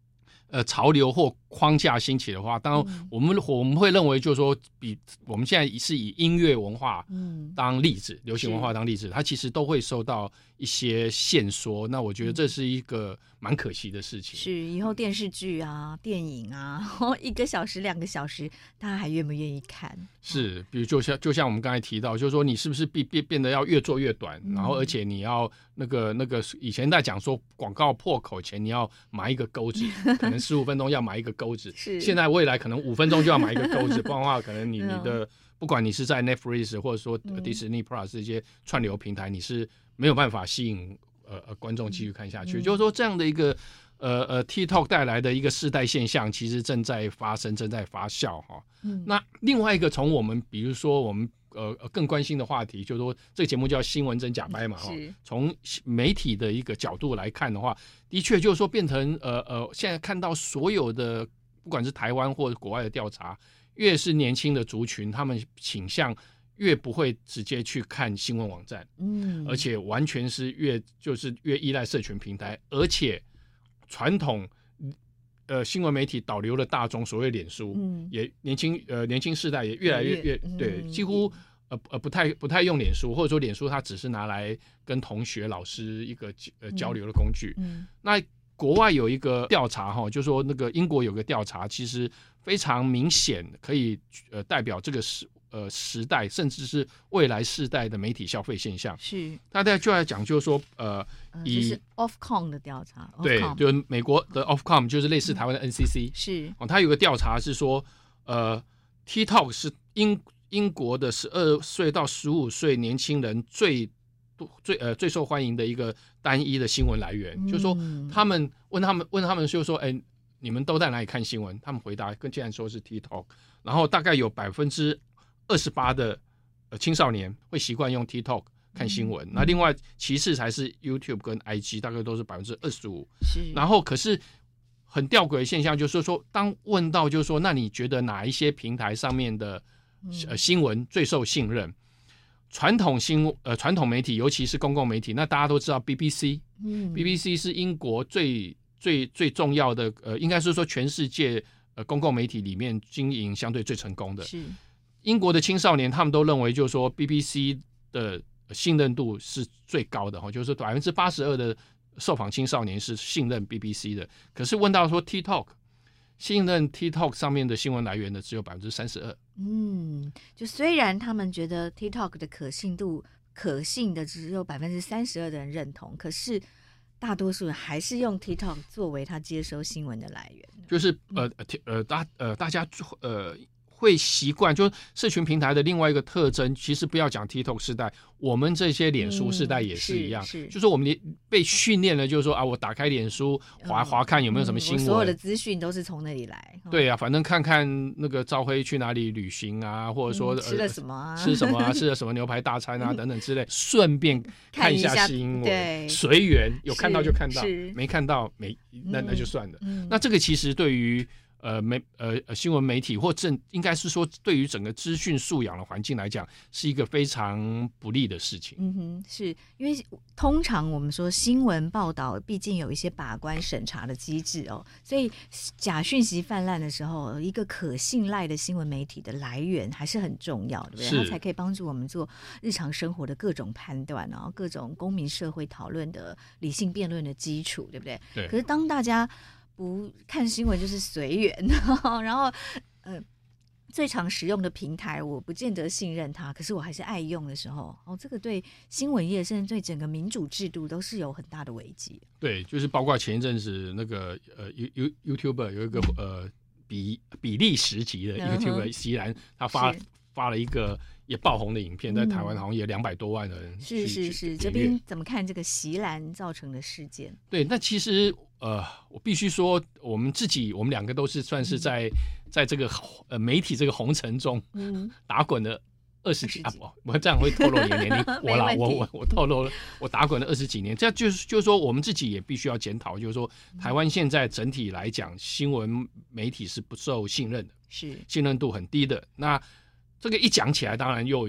呃潮流或框架兴起的话，当然我们、嗯、我们会认为就是说，比我们现在是以音乐文化当例子，嗯、流行文化当例子，它其实都会受到一些限缩。那我觉得这是一个蛮可惜的事情。 是以后电视剧啊、电影啊，一个小时、两个小时，大家还愿不愿意看？ 是，比如就像就像我们刚才提到，就是说你是不是变变变得要越做越短，嗯、然后而且你要那个那个以前在讲说广告破口前你要埋一个钩子，可能十五分钟要埋一个钩子， 是现在未来可能五分钟就要埋一个钩子，不然的话可能你你的不管你是在 Netflix 或者说 Disney Plus 这些串流平台，你是没有办法吸引呃呃观众继续看下去，嗯、就是说这样的一个。呃呃 ，TikTok 带来的一个世代现象，其实正在发生，正在发酵哈。嗯、那另外一个，从我们比如说我们呃更关心的话题，就是说这个节目叫新闻真假掰嘛哈。从媒体的一个角度来看的话，的确就是说变成呃呃，现在看到所有的不管是台湾或者国外的调查，越是年轻的族群，他们倾向越不会直接去看新闻网站，嗯，而且完全是越就是越依赖社群平台，而且。传统呃新闻媒体导流的大众，所谓脸书，嗯、也年轻呃年轻世代也越来越越、嗯、对，几乎呃呃不太不太用脸书，或者说脸书它只是拿来跟同学、老师一个呃交流的工具。嗯嗯、那国外有一个调查哈，就说那个英国有个调查，其实非常明显，可以呃代表这个时呃时代，甚至是未来世代的媒体消费现象。 是， 大家就来讲，就是说呃。 以就是 Ofcom 的调查， 对，就是美国的 Ofcom， 就是类似台湾的 N C C，、嗯、 是哦，他有个调查是说，呃 ，TikTok 是英英国的十二岁到十五岁年轻人最最呃最受欢迎的一个单一的新闻来源，嗯、就是说他们问他们问他们就说，哎，你们都在哪里看新闻？他们回答跟竟然说是 TikTok， 然后大概有百分之二十八的呃青少年会习惯用 TikTok。看新闻，那另外其次才是 YouTube 跟 I G， 大概都是百分之二十五。是，然后可是很吊诡的现象就是说，当问到就是说，那你觉得哪一些平台上面的、呃、新闻最受信任？传统新呃传统媒体，尤其是公共媒体，那大家都知道 B B C， 嗯 ，B B C 是英国最最最重要的，呃，应该是说全世界呃公共媒体里面经营相对最成功的。是，英国的青少年他们都认为就是说 B B C 的信任度是最高的，就是百分之八十二的受访青少年是信任 B B C 的。可是问到说 TikTok， 信任 TikTok 上面的新闻来源的只有百分之三十二。 嗯，就虽然他们觉得 TikTok 的可信度可信的只有百分之三十二的人认同，可是大多数人还是用 TikTok 作为他接收新闻的来源。 就是呃呃大呃大家呃。会习惯，就是社群平台的另外一个特征，其实不要讲 TikTok 世代，我们这些脸书世代也是一样，嗯、是是就是我们被训练了，就是说啊，我打开脸书滑滑看有没有什么新闻，嗯、 所有的资讯都是从那里来。 对啊，反正看看那个赵辉去哪里旅行啊，或者说、嗯、 吃了什么、啊呃、吃什么啊，吃了什么牛排大餐啊等等之类，顺便看一下新闻，随缘有看到就看到，没看到没那那就算了。嗯、那这个其实对于呃媒呃呃新闻媒体或正应该是说对于整个资讯素养的环境来讲，是一个非常不利的事情。 嗯哼，是因为通常我们说新闻报道毕竟有一些把关审查的机制哦，所以假讯息泛滥的时候，一个可信赖的新闻媒体的来源还是很重要，对不对？它才可以帮助我们做日常生活的各种判断，然后各种公民社会讨论的理性辩论的基础，对不对？ 对。 可是当大家不看新闻就是随缘，然后呃最常使用的平台我不见得信任它，可是我还是爱用的时候，哦，这个对新闻业甚至对整个民主制度都是有很大的危机。 对，就是包括前一阵子那个呃 You YouTuber 有一个呃比比利时籍的 YouTuber 席兰，他发发了一个也爆红的影片，在台湾好像也两百多万的人。 是是是，这边怎么看这个席兰造成的事件？ 对，那其实呃，我必须说，我们自己我们两个都是算是在、嗯、在这个呃媒体这个红尘中、嗯、打滚了二十几啊，我这样会透露你的年龄，我啦，我我我透露了，我打滚了二十几年，这样就是就是说，我们自己也必须要检讨，就是说，台湾现在整体来讲，新闻媒体是不受信任的， 是信任度很低的。那这个一讲起来，当然又有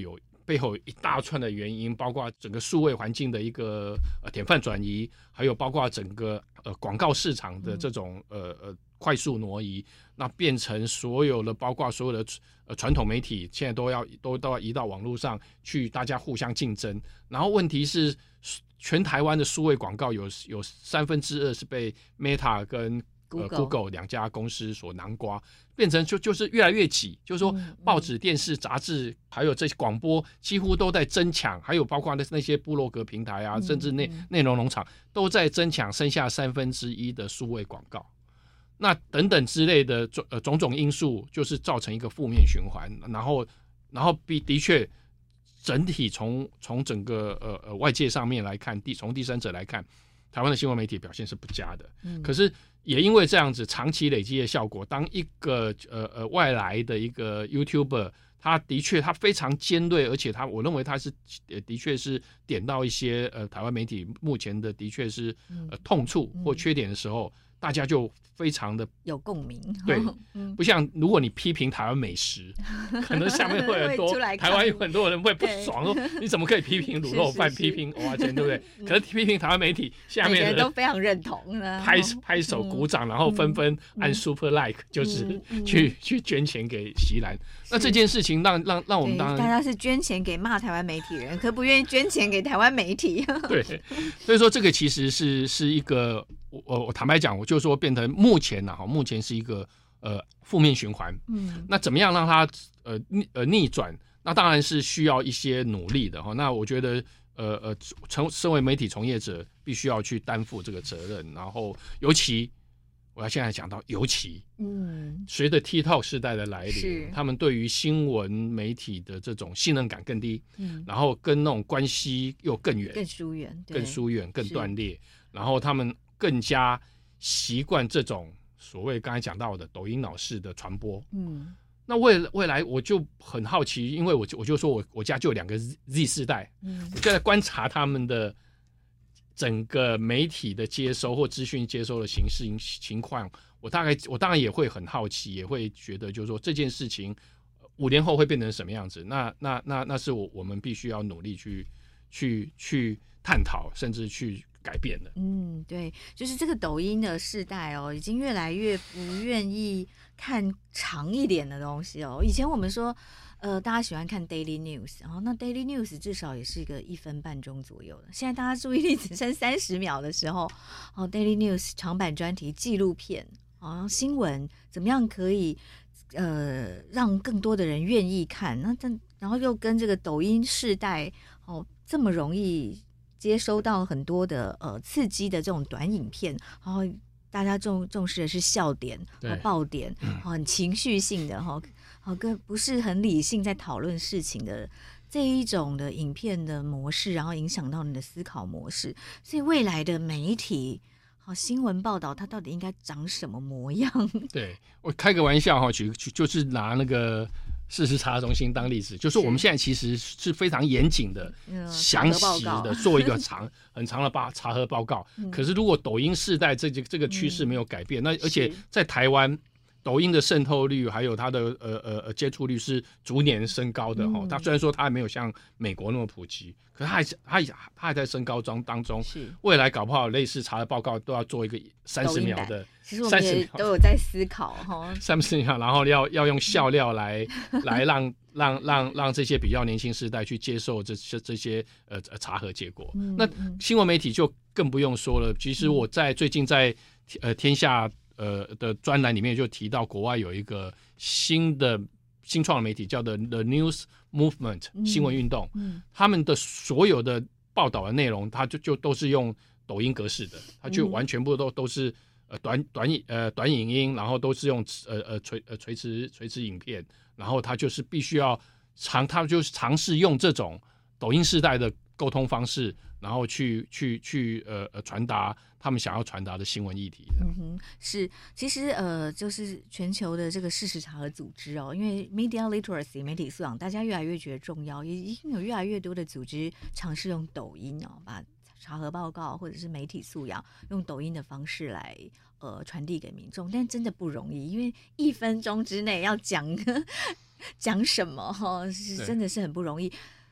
背后有一大串的原因，包括整个数位环境的一个呃典范转移，还有包括整个呃广告市场的这种、嗯、呃呃快速挪移，那变成所有的包括所有的呃传统媒体现在都要都都要移到网络上去，大家互相竞争。然后问题是，全台湾的数位广告有有三分之二是被 Meta 跟呃 Google 两家公司所囊括，变成就就是越来越挤，就是说报纸、电视、杂志，还有这些广播几乎都在争抢，还有包括那些部落格平台啊，甚至内内容农场都在争抢剩下三分之一的数位广告。那等等之类的种呃种种因素，就是造成一个负面循环，然后然后的的确整体从从整个呃呃外界上面来看，第从第三者来看，台湾的新闻媒体表现是不佳的。嗯、可是也因为这样子长期累积的效果，当一个呃呃外来的一个 YouTuber， 他的确他非常尖锐，而且他我认为他是的确是点到一些呃台湾媒体目前的的确是呃痛处或缺点的时候。嗯大家就非常的有共鸣， 对，不像如果你批评台湾美食，可能下面会很多台湾有很多人会不爽，说你怎么可以批评卤肉饭，批评蚵仔煎，对不对？嗯、可是批评台湾媒体，下面的人都非常认同， 拍拍手鼓掌，然后纷纷按 super like，、嗯、就是去、嗯、去捐钱给席兰。那这件事情让让让我们当然大家是捐钱给骂台湾媒体人，可不愿意捐钱给台湾媒体。 对，所以说这个其实是是一个。我我坦白讲，我就说变成目前呐、啊，目前是一个呃负面循环。嗯，那怎么样让它呃逆呃逆转？那当然是需要一些努力的哈。那我觉得呃呃，成身为媒体从业者，必须要去担负这个责任。然后尤其我要现在讲到，尤其嗯，随着 TikTok 时代的来临，他们对于新闻媒体的这种信任感更低，嗯，然后跟那种关系又更远、 更疏远、 更疏远、更断裂，然后他们。更加习惯这种所谓刚才讲到的抖音脑式的传播，嗯，那未未来我就很好奇，因为我就我就说我我家就有两个 Z 世代，嗯，我就在观察他们的整个媒体的接收或资讯接收的形式情况，我大概我当然也会很好奇，也会觉得就是说这件事情五年后会变成什么样子，那那那那是我我们必须要努力去去去探讨，甚至去。改变了， 嗯，对，就是这个抖音的世代哦，已经越来越不愿意看长一点的东西哦。以前我们说，呃，大家喜欢看 daily news， 然后那 daily news 至少也是一个一分半钟左右的。现在大家注意力只剩三十秒的时候，哦 ，daily news 长版专题、纪录片，啊、哦，新闻怎么样可以呃让更多的人愿意看？那但然后又跟这个抖音世代哦这么容易。接收到很多的呃刺激的这种短影片，然后大家重重视的是笑点和爆点，很情绪性的哈，好跟不是很理性在讨论事情的这一种的影片的模式，然后影响到你的思考模式。所以未来的媒体，好新闻报道，它到底应该长什么模样？ 对我开个玩笑哈，举就是拿那个。事实查核中心当例子，就是我们现在其实是非常严谨的、详细的做一个长很长的报查核报告。可是如果抖音世代这个这个趋势没有改变，那而且在台湾。抖音的渗透率还有它的呃呃呃接触率是逐年升高的哈、嗯。它虽然说它还没有像美国那么普及，可是它还它它还在升高中当中。未来搞不好类似查的报告都要做一个三十秒的， 其实我们也都有在思考哈。 三十秒，然后要要用笑料来来让让让让这些比较年轻世代去接受这些这些呃查核结果、嗯。那新闻媒体就更不用说了。其实我在最近在呃天下。呃的专栏里面就提到，国外有一个新的新创的媒体叫做 The News Movement、嗯、新闻运动、嗯，他们的所有的报道的内容，它就就都是用抖音格式的，它就完全部都都是呃短短呃短影音，然后都是用呃呃垂呃垂直垂直影片，然后它就是必须要尝，他就是尝试用这种抖音世代的沟通方式，然后去去去呃呃传达他们想要传达的新闻议题。 嗯哼，是，其实呃，就是全球的这个事实查核组织哦，因为 media literacy 媒体素养，大家越来越觉得重要，也已经有越来越多的组织尝试用抖音哦，把查核报告或者是媒体素养用抖音的方式来呃传递给民众，但真的不容易，因为一分钟之内要讲讲什么哈，是真的是很不容易。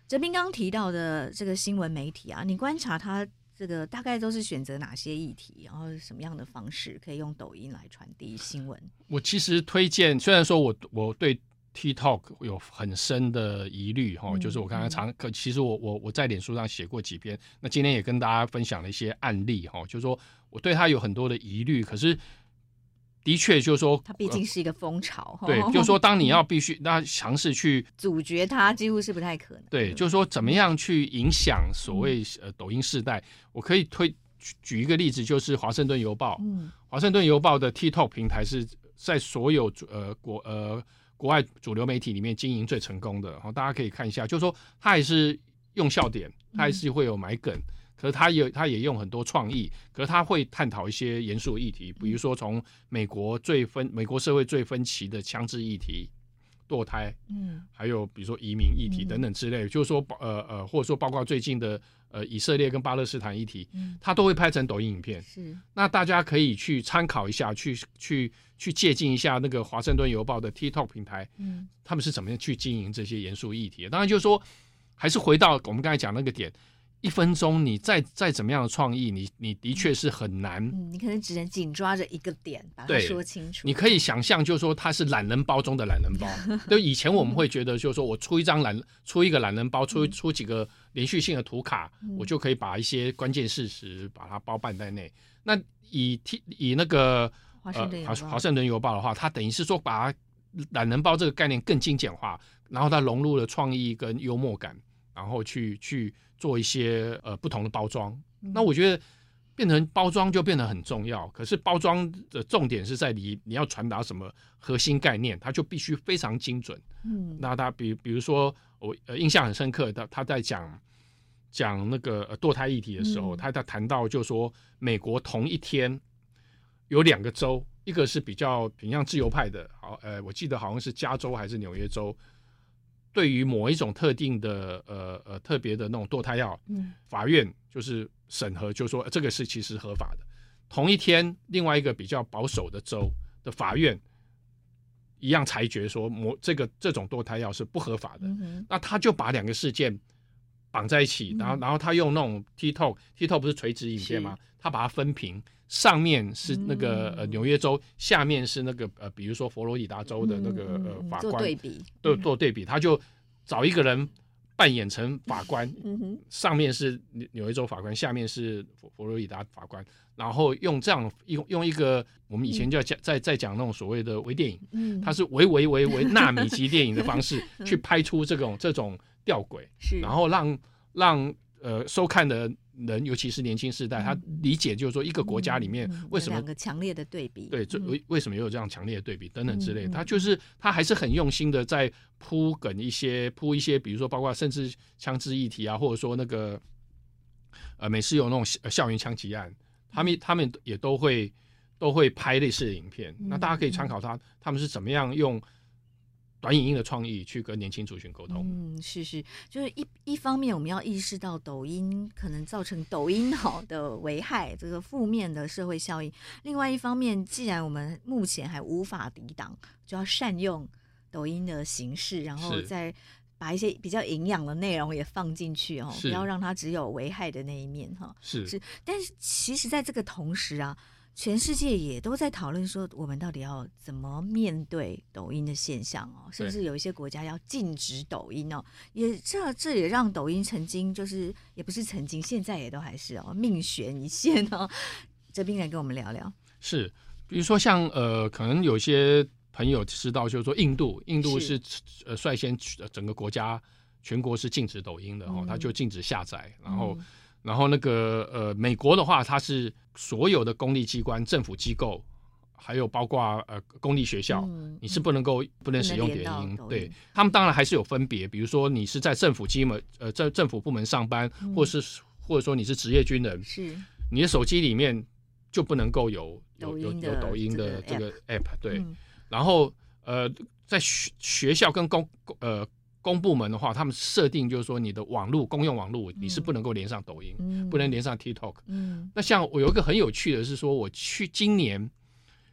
哲斌刚刚提到的这个新闻媒体啊，你观察它这个大概都是选择哪些议题，然后什么样的方式可以用抖音来传递新闻？ 我其实推荐，虽然说我我对 TikTok 有很深的疑虑哈、嗯，就是我刚刚常，可、嗯、其实我我我在脸书上写过几篇，那今天也跟大家分享了一些案例哈，就是说我对它有很多的疑虑，可是。的确，就是说， 它毕竟是一个风潮。 呃、对，就是说，当你要必须，那尝试去阻绝它，几乎是不太可能。 对，就是说，怎么样去影响所谓呃抖音世代？我可以推举一个例子，就是《华盛顿邮报》。嗯，《华盛顿邮报》的 TikTok 平台是在所有呃国呃国外主流媒体里面经营最成功的。然后大家可以看一下，就是说，它也是用笑点，它还是会有买梗。嗯，可是他也他也用很多创意，可是他会探讨一些严肃的议题，比如说从美国最分美国社会最分歧的枪支议题、堕胎，嗯，还有比如说移民议题等等之类，嗯、就是说呃呃，或者说包括最近的呃以色列跟巴勒斯坦议题，嗯，他都会拍成抖音影片。是，那大家可以去参考一下，去去去借鉴一下那个华盛顿邮报的 TikTok 平台，嗯，他们是怎么样去经营这些严肃议题。当然就是说，还是回到我们刚才讲那个点。一分钟，你再再怎么样的创意，你你的确是很难、 嗯。你可能只能紧抓着一个点把它说清楚。 你可以想象，就是说它是懒人包中的懒人包。对，以前我们会觉得，就是说我出一张懒，出一个懒人包，出出几个连续性的图卡，嗯、我就可以把一些关键事实把它包办在内。那以以那个华盛顿邮报、 呃、华盛顿邮报的话，它等于是说把懒人包这个概念更精简化，然后它融入了创意跟幽默感。然后去去做一些呃不同的包装，嗯、那我觉得变成包装就变得很重要。可是包装的重点是在你你要传达什么核心概念，它就必须非常精准。嗯，那他比比如说我呃印象很深刻的，他在讲讲那个、呃、堕胎议题的时候，嗯、他在谈到就说美国同一天有两个州，一个是比较偏向自由派的，好呃我记得好像是加州还是纽约州。对于某一种特定的呃呃特别的那种堕胎药，嗯，法院就是审核，就说、呃、这个是其实合法的。同一天，另外一个比较保守的州的法院一样裁决说，某这个这种堕胎药是不合法的。嗯、那他就把两个事件绑在一起，嗯、然后然后他用那种 TikTok TikTok 不是垂直影片吗？他把它分屏，上面是那个、嗯、呃纽约州，下面是那个呃比如说佛罗里达州的那个、呃法官， 做对比， 对做对比，他就找一个人扮演成法官，嗯、上面是纽约州法官，下面是佛罗里达法官，然后用这样用用一个我们以前就要讲在在讲那种所谓的微电影，嗯、它是微微微微纳米级电影的方式去拍出这种这种吊诡，然后让让呃收看的人，尤其是年轻世代，他理解就是说一个国家里面为什么、嗯嗯、 两个强烈的对比， 对，为为什么有这样强烈的对比等等之类的，他就是他还是很用心的在铺梗一些铺一些，比如说包括甚至枪支议题啊，或者说那个呃美式有那种校园枪击案，他们他们也都会都会拍类似的影片，那大家可以参考他他们是怎么样用短影音的创意去跟年轻族群沟通。 嗯，是是，就是一一方面我们要意识到抖音可能造成抖音好的危害，这个负面的社会效应。另外一方面，既然我们目前还无法抵挡，就要善用抖音的形式，然后再把一些比较营养的内容也放进去哦，不要让它只有危害的那一面哈。 是是，但是其实在这个同时啊。全世界也都在讨论说，我们到底要怎么面对抖音的现象哦，甚至有一些国家要禁止抖音哦，也这这也让抖音曾经就是也不是曾经，现在也都还是哦命悬一线哦。哲斌来跟我们聊聊， 是比如说像呃，可能有些朋友知道，就是说印度，印度是呃率先整个国家全国是禁止抖音的哦，它、嗯、就禁止下载，然后。嗯然后那个呃，美国的话，它是所有的公立机关、政府机构，还有包括呃公立学校，嗯、你是不能够不能使用点音。对，他们当然还是有分别，比如说你是在政府机门呃政政府部门上班，嗯、或是或者说你是职业军人， 是你的手机里面就不能够有有有有抖音的这个 app。对， 嗯、 然后呃，在学学校跟公呃。公部门的话，他们设定就是说，你的网络公用网络你是不能够连上抖音，嗯、不能连上 TikTok。嗯，那像我有一个很有趣的是说，我去今年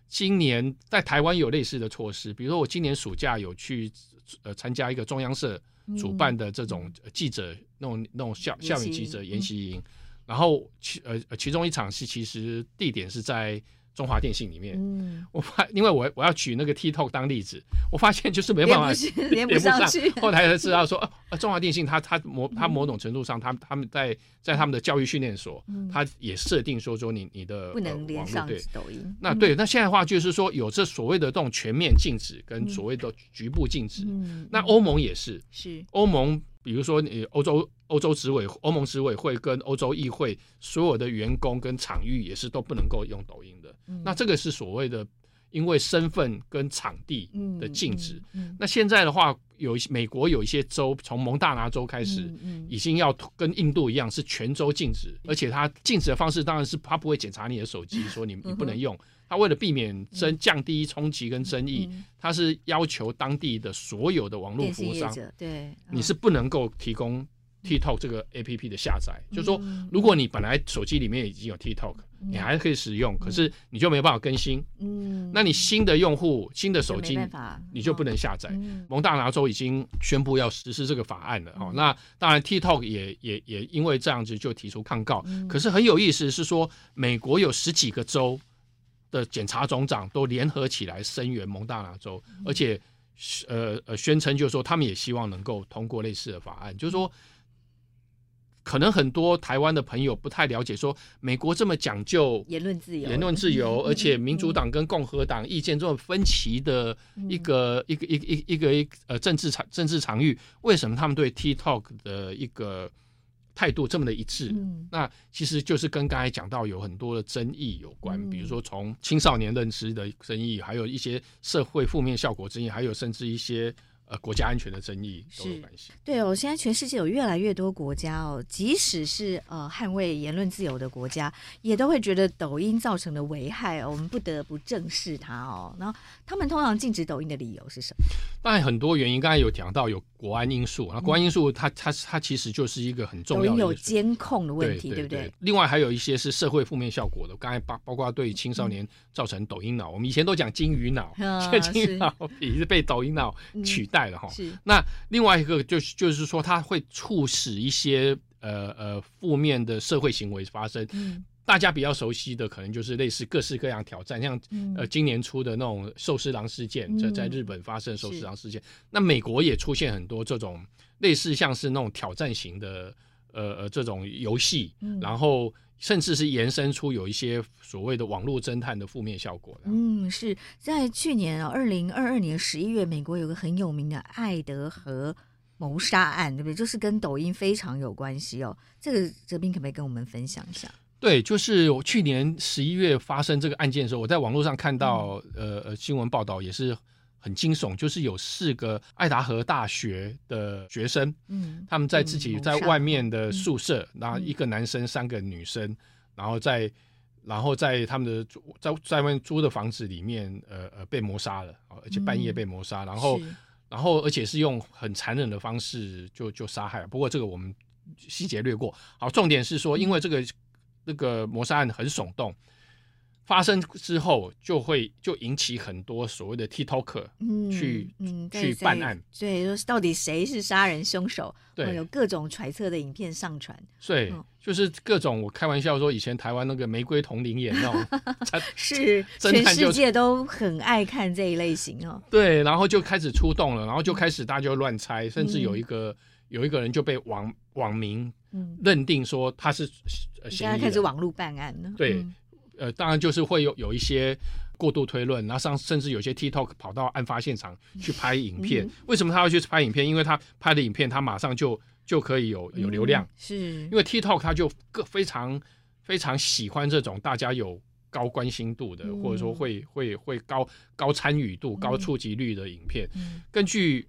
今年在台湾有类似的措施，比如说我今年暑假有去呃参加一个中央社主办的这种记者、嗯、那种那种校校园记者研习营，嗯、然后其呃其中一场是其实地点是在中华电信里面，嗯，我发因为我我要举那个 TikTok 当例子，我发现就是没办法连不上去， 后来才知道说，啊，中华电信它它某它某种程度上，他他们在在他们的教育训练所，嗯、他也设定说说你你的不能连上抖音。 呃、那对，那现在的话就是说有这所谓的这种全面禁止跟所谓的局部禁止，嗯、那欧盟也是， 是欧盟。比如说，你欧洲欧洲执委欧盟执委会跟欧洲议会所有的员工跟场域也是都不能够用抖音的。嗯、那这个是所谓的因为身份跟场地的禁止。嗯嗯嗯、那现在的话，有美国有一些州，从蒙大拿州开始，嗯嗯、已经要跟印度一样是全州禁止，而且它禁止的方式当然是它不会检查你的手机，说你你不能用。他为了避免争降低冲击跟争议，嗯、他是要求当地的所有的网络服务商， 对，嗯、 你是不能够提供 TikTok 这个 A P P 的下载。嗯、就是说，如果你本来手机里面已经有 TikTok，嗯、你还可以使用，嗯、可是你就没办法更新。嗯，那你新的用户、新的手机，你就不能下载。嗯、蒙大拿州已经宣布要实施这个法案了。嗯、那当然 TikTok 也也也因为这样子就提出抗告。嗯、可是很有意思是说，美国有十几个州的检察总长都联合起来声援蒙大拿州，而且呃呃宣称就是说他们也希望能够通过类似的法案，就是说可能很多台湾的朋友不太了解，说美国这么讲究言论自由， 言论自由，而且民主党跟共和党意见这么分歧的一个、嗯、一个一个一个一个一个呃政治场政治场域，为什么他们对 TikTok 的一个态度这么的一致？嗯、那其实就是跟刚才讲到有很多的争议有关，嗯、比如说从青少年认知的争议，还有一些社会负面效果争议，还有甚至一些呃国家安全的争议都有关系。 对哦，现在全世界有越来越多国家哦，即使是呃捍卫言论自由的国家，也都会觉得抖音造成的危害哦，我们不得不正视它哦。然后他们通常禁止抖音的理由是什么？ 当然很多原因，刚才有讲到有国安因素，那国安因素它它它其实就是一个很重要的， 有监控的问题， 对, 对, 对, 对不对？ 另外还有一些是社会负面效果的，刚才包包括对青少年造成抖音脑，我们以前都讲金鱼脑， 嗯、 现在金鱼脑也是被抖音脑取代了哈。 是。 那另外一个就是就是说，它会促使一些呃呃负面的社会行为发生。嗯。大家比较熟悉的可能就是类似各式各样挑战，像、嗯、呃今年初的那种寿司郎事件，在、嗯、在日本发生寿司郎事件，那美国也出现很多这种类似像是那种挑战型的呃呃这种游戏，嗯、然后甚至是延伸出有一些所谓的网络侦探的负面效果。 嗯，是在去年二零二二年十一月，美国有个很有名的爱德河谋杀案，对不对？就是跟抖音非常有关系哦。这个哲斌可不可以跟我们分享一下？ 对，就是我去年十一月发生这个案件的时候，我在网络上看到、嗯、呃新闻报道也是很惊悚，就是有四个爱达荷大学的学生，嗯，他们在自己在外面的宿舍，然后、嗯、一个男生三个女生，然后在然后在他们的在在外面租的房子里面，呃呃被谋杀了，而且半夜被谋杀，嗯、然后然后而且是用很残忍的方式就就杀害了。不过这个我们细节略过。好，重点是说，因为这个。这个谋杀案很耸动，发生之后就会就引起很多所谓的 TikToker 去、嗯嗯、去办案， 对，说到底谁是杀人凶手？对，有各种揣测的影片上传。 对，嗯、就是各种我开玩笑说，以前台湾那个玫瑰同龄眼那种， 是全世界都很爱看这一类型哦。 对，然后就开始出动了，然后就开始大家就乱猜，嗯、甚至有一个有一个人就被网网民。嗯、认定说他是呃嫌疑人，现在开始网络办案了。 对，嗯、呃，当然就是会有有一些过度推论，然后上甚至有些 TikTok 跑到案发现场去拍影片。嗯、为什么他要去拍影片？因为他拍的影片，他马上就就可以有有流量。嗯、是因为 TikTok 他就各非常非常喜欢这种大家有高关心度的，嗯、或者说会会会高高参与度、高触及率的影片。嗯、根据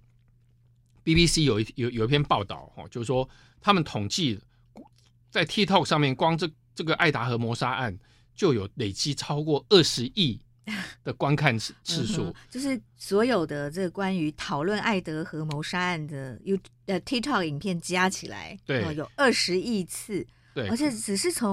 B B C 有一有有一篇报道，哦，就是说。他们统计，在 TikTok 上面，光这这个爱达荷谋杀案就有累积超过二十亿的观看次数、嗯， 就是所有的这个关于讨论爱德荷谋杀案的 You 呃 TikTok 影片加起来， 对， 哦、有二十亿次， 对， 而且只是从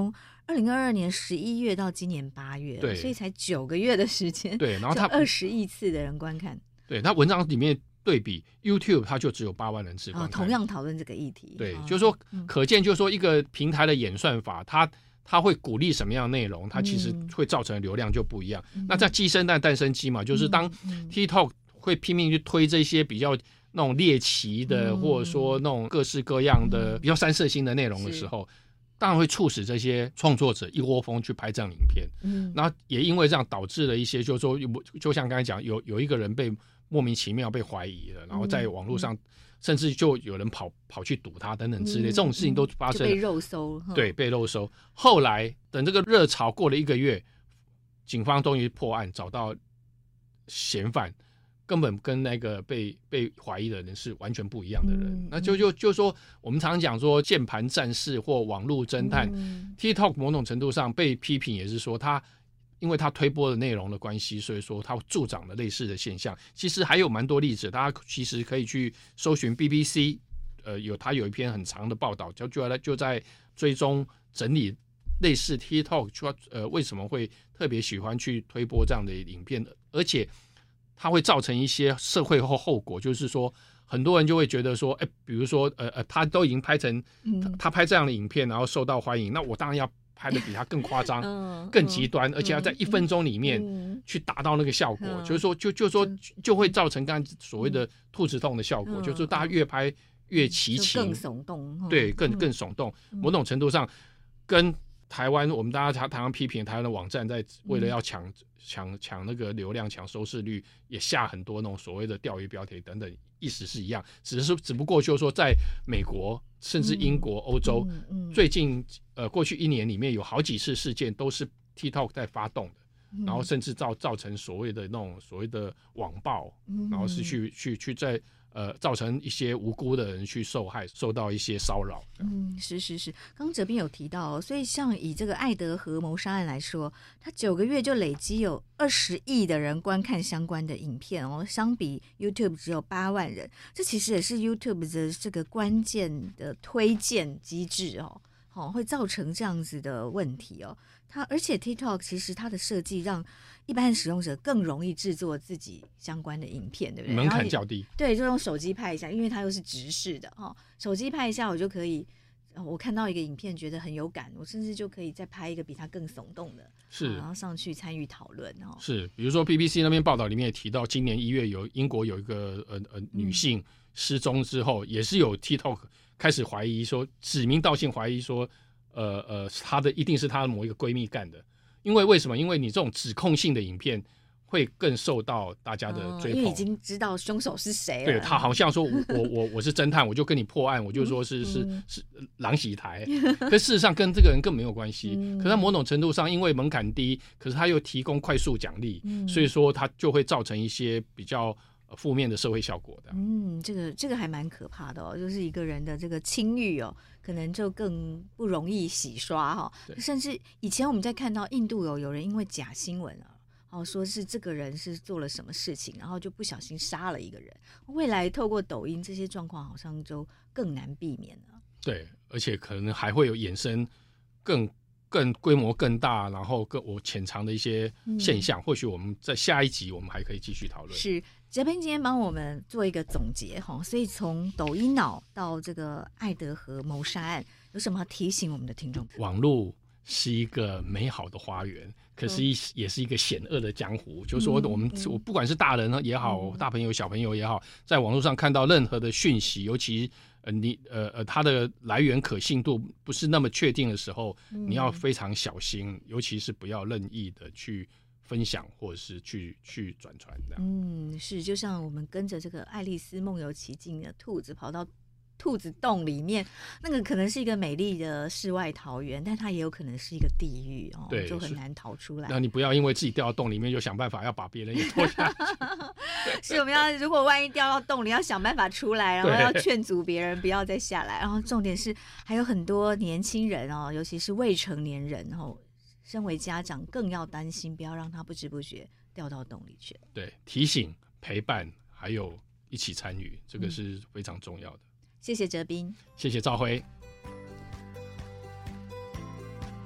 二零二二年十一月到今年八月， 对， 所以才九个月的时间， 对，然后他二十亿次的人观看， 对，他文章里面对比 YouTube， 它就只有八万人次观看， 哦，同样讨论这个议题， 对， 哦、 就是说， 嗯、 可见就是说一个平台的演算法，它它会鼓励什么样的内容，它其实会造成的流量就不一样。嗯、那在鸡生蛋，蛋生鸡嘛，就是当 TikTok 会拼命去推这些比较那种猎奇的，嗯、或者说那种各式各样的、嗯、比较三色星的内容的时候，当然会促使这些创作者一窝蜂去拍这样的影片。嗯，然后也因为这样导致了一些，就是说，就像刚才讲，有有一个人被莫名其妙被怀疑了，然后在网络上。嗯嗯甚至就有人跑跑去堵他等等之类，嗯、这种事情都发生了， 就被肉搜， 对，被肉搜。后来等这个热潮过了一个月，警方终于破案，找到嫌犯，根本跟那个被被怀疑的人是完全不一样的人。嗯、那就就就说，我们常讲说键盘战士或网络侦探、嗯、，TikTok 某种程度上被批评也是说他。因为他推播的内容的关系，所以说他助长了类似的现象。其实还有蛮多例子，大家其实可以去搜寻 B B C， 呃，有他有一篇很长的报道，就就就在追踪整理类似 TikTok， 呃，为什么会特别喜欢去推播这样的影片，而且它会造成一些社会后后果，就是说很多人就会觉得说，哎，比如说，呃呃，他都已经拍成，他, 他拍这样的影片，然后受到欢迎，那我当然要。拍的比他更夸张、嗯、更极端、嗯、而且要在一分钟里面去达到那个效果、嗯、就是说就就说就会造成刚才所谓的兔子洞的效果、嗯、就是大家越拍越奇情， 更耸动， 对，更更耸动、嗯、某种程度上跟台湾我们大家台湾批评台湾的网站在为了要抢抢抢那个流量抢收视率也下很多那种所谓的钓鱼标题等等，意思是一样，只是只不过就是说在美国甚至英国、欧洲、嗯嗯嗯、最近呃过去一年里面有好几次事件都是 TikTok 在发动的，嗯、然后甚至造造成所谓的那种所谓的网暴，嗯、然后是去去去在呃造成一些无辜的人去受害，受到一些骚扰。 嗯，是是是，刚刚哲斌有提到、哦，所以像以这个爱德河谋杀案来说，它九个月就累积有二十亿的人观看相关的影片哦，相比 YouTube 只有八万人，这其实也是 YouTube 的这个关键的推荐机制哦。哦，会造成这样子的问题哦。它而且 TikTok 其实它的设计让一般使用者更容易制作自己相关的影片，对不对？ 门槛较低。 对，就用手机拍一下，因为它又是直视的哈、哦，手机拍一下我就可以。我看到一个影片觉得很有感，我甚至就可以再拍一个比它更耸动的， 是， 然后上去参与讨论哦。 是，比如说 B B C 那边报道里面也提到，今年一月有英国有一个呃呃女性失踪之后，嗯、也是有 TikTok 开始怀疑说，指名道姓怀疑说，呃呃，她的一定是她的某一个闺蜜干的，因为为什么？因为你这种指控性的影片。会更受到大家的追捧、嗯， 因为已经知道凶手是谁了。 对，他好像说我我我我是侦探，我就跟你破案，我就说是、嗯、是是狼洗台，可事实上跟这个人更没有关系。嗯、可是他某种程度上，因为门槛低，可是他又提供快速奖励，嗯、所以说他就会造成一些比较负面的社会效果的。 嗯，这个这个还蛮可怕的哦，就是一个人的这个清誉哦，可能就更不容易洗刷哈、哦。甚至以前我们在看到印度有有人因为假新闻啊。哦，说是这个人是做了什么事情，然后就不小心杀了一个人。未来透过抖音这些状况，好像就更难避免了。 对，而且可能还会有衍生更更规模更大，然后更我潜藏的一些现象。嗯、或许我们在下一集我们还可以继续讨论。 是，哲斌今天帮我们做一个总结哈，所以从抖音脑到这个爱德河谋杀案，有什么要提醒我们的听众？ 网络是一个美好的花园。可是也是一个险恶的江湖，嗯、就是说我们、嗯、我不管是大人也好、嗯、大朋友小朋友也好，在网络上看到任何的讯息，尤其呃你呃呃它的来源可信度不是那么确定的时候，嗯、你要非常小心，尤其是不要任意的去分享或者是去去转传这样。 嗯，是，就像我们跟着这个爱丽丝梦游奇境的兔子跑到兔子洞里面，那个可能是一个美丽的世外桃源，但它也有可能是一个地狱哦， 对， 就很难逃出来。 那你不要因为自己掉到洞里面，就想办法要把别人也拖下去。 是，我们要如果万一掉到洞里，要想办法出来，然后要劝阻别人不要再下来。然后重点是还有很多年轻人哦，尤其是未成年人哦，身为家长更要担心，不要让他不知不觉掉到洞里去。 对，提醒、陪伴，还有一起参与，这个是非常重要的。 谢谢哲斌， 谢谢兆辉。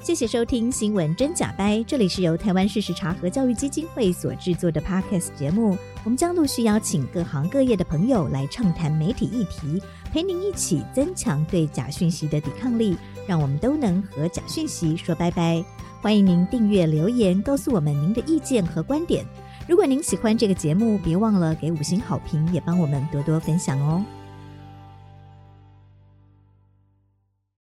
谢谢收听新闻真假掰，这里是由台湾事实查核教育基金会所制作的 Podcast 节目，我们将陆续邀请各行各业的朋友来畅谈媒体议题，陪您一起增强对假讯息的抵抗力，让我们都能和假讯息说拜拜。欢迎您订阅留言告诉我们您的意见和观点，如果您喜欢这个节目，别忘了给五星好评，也帮我们多多分享哦。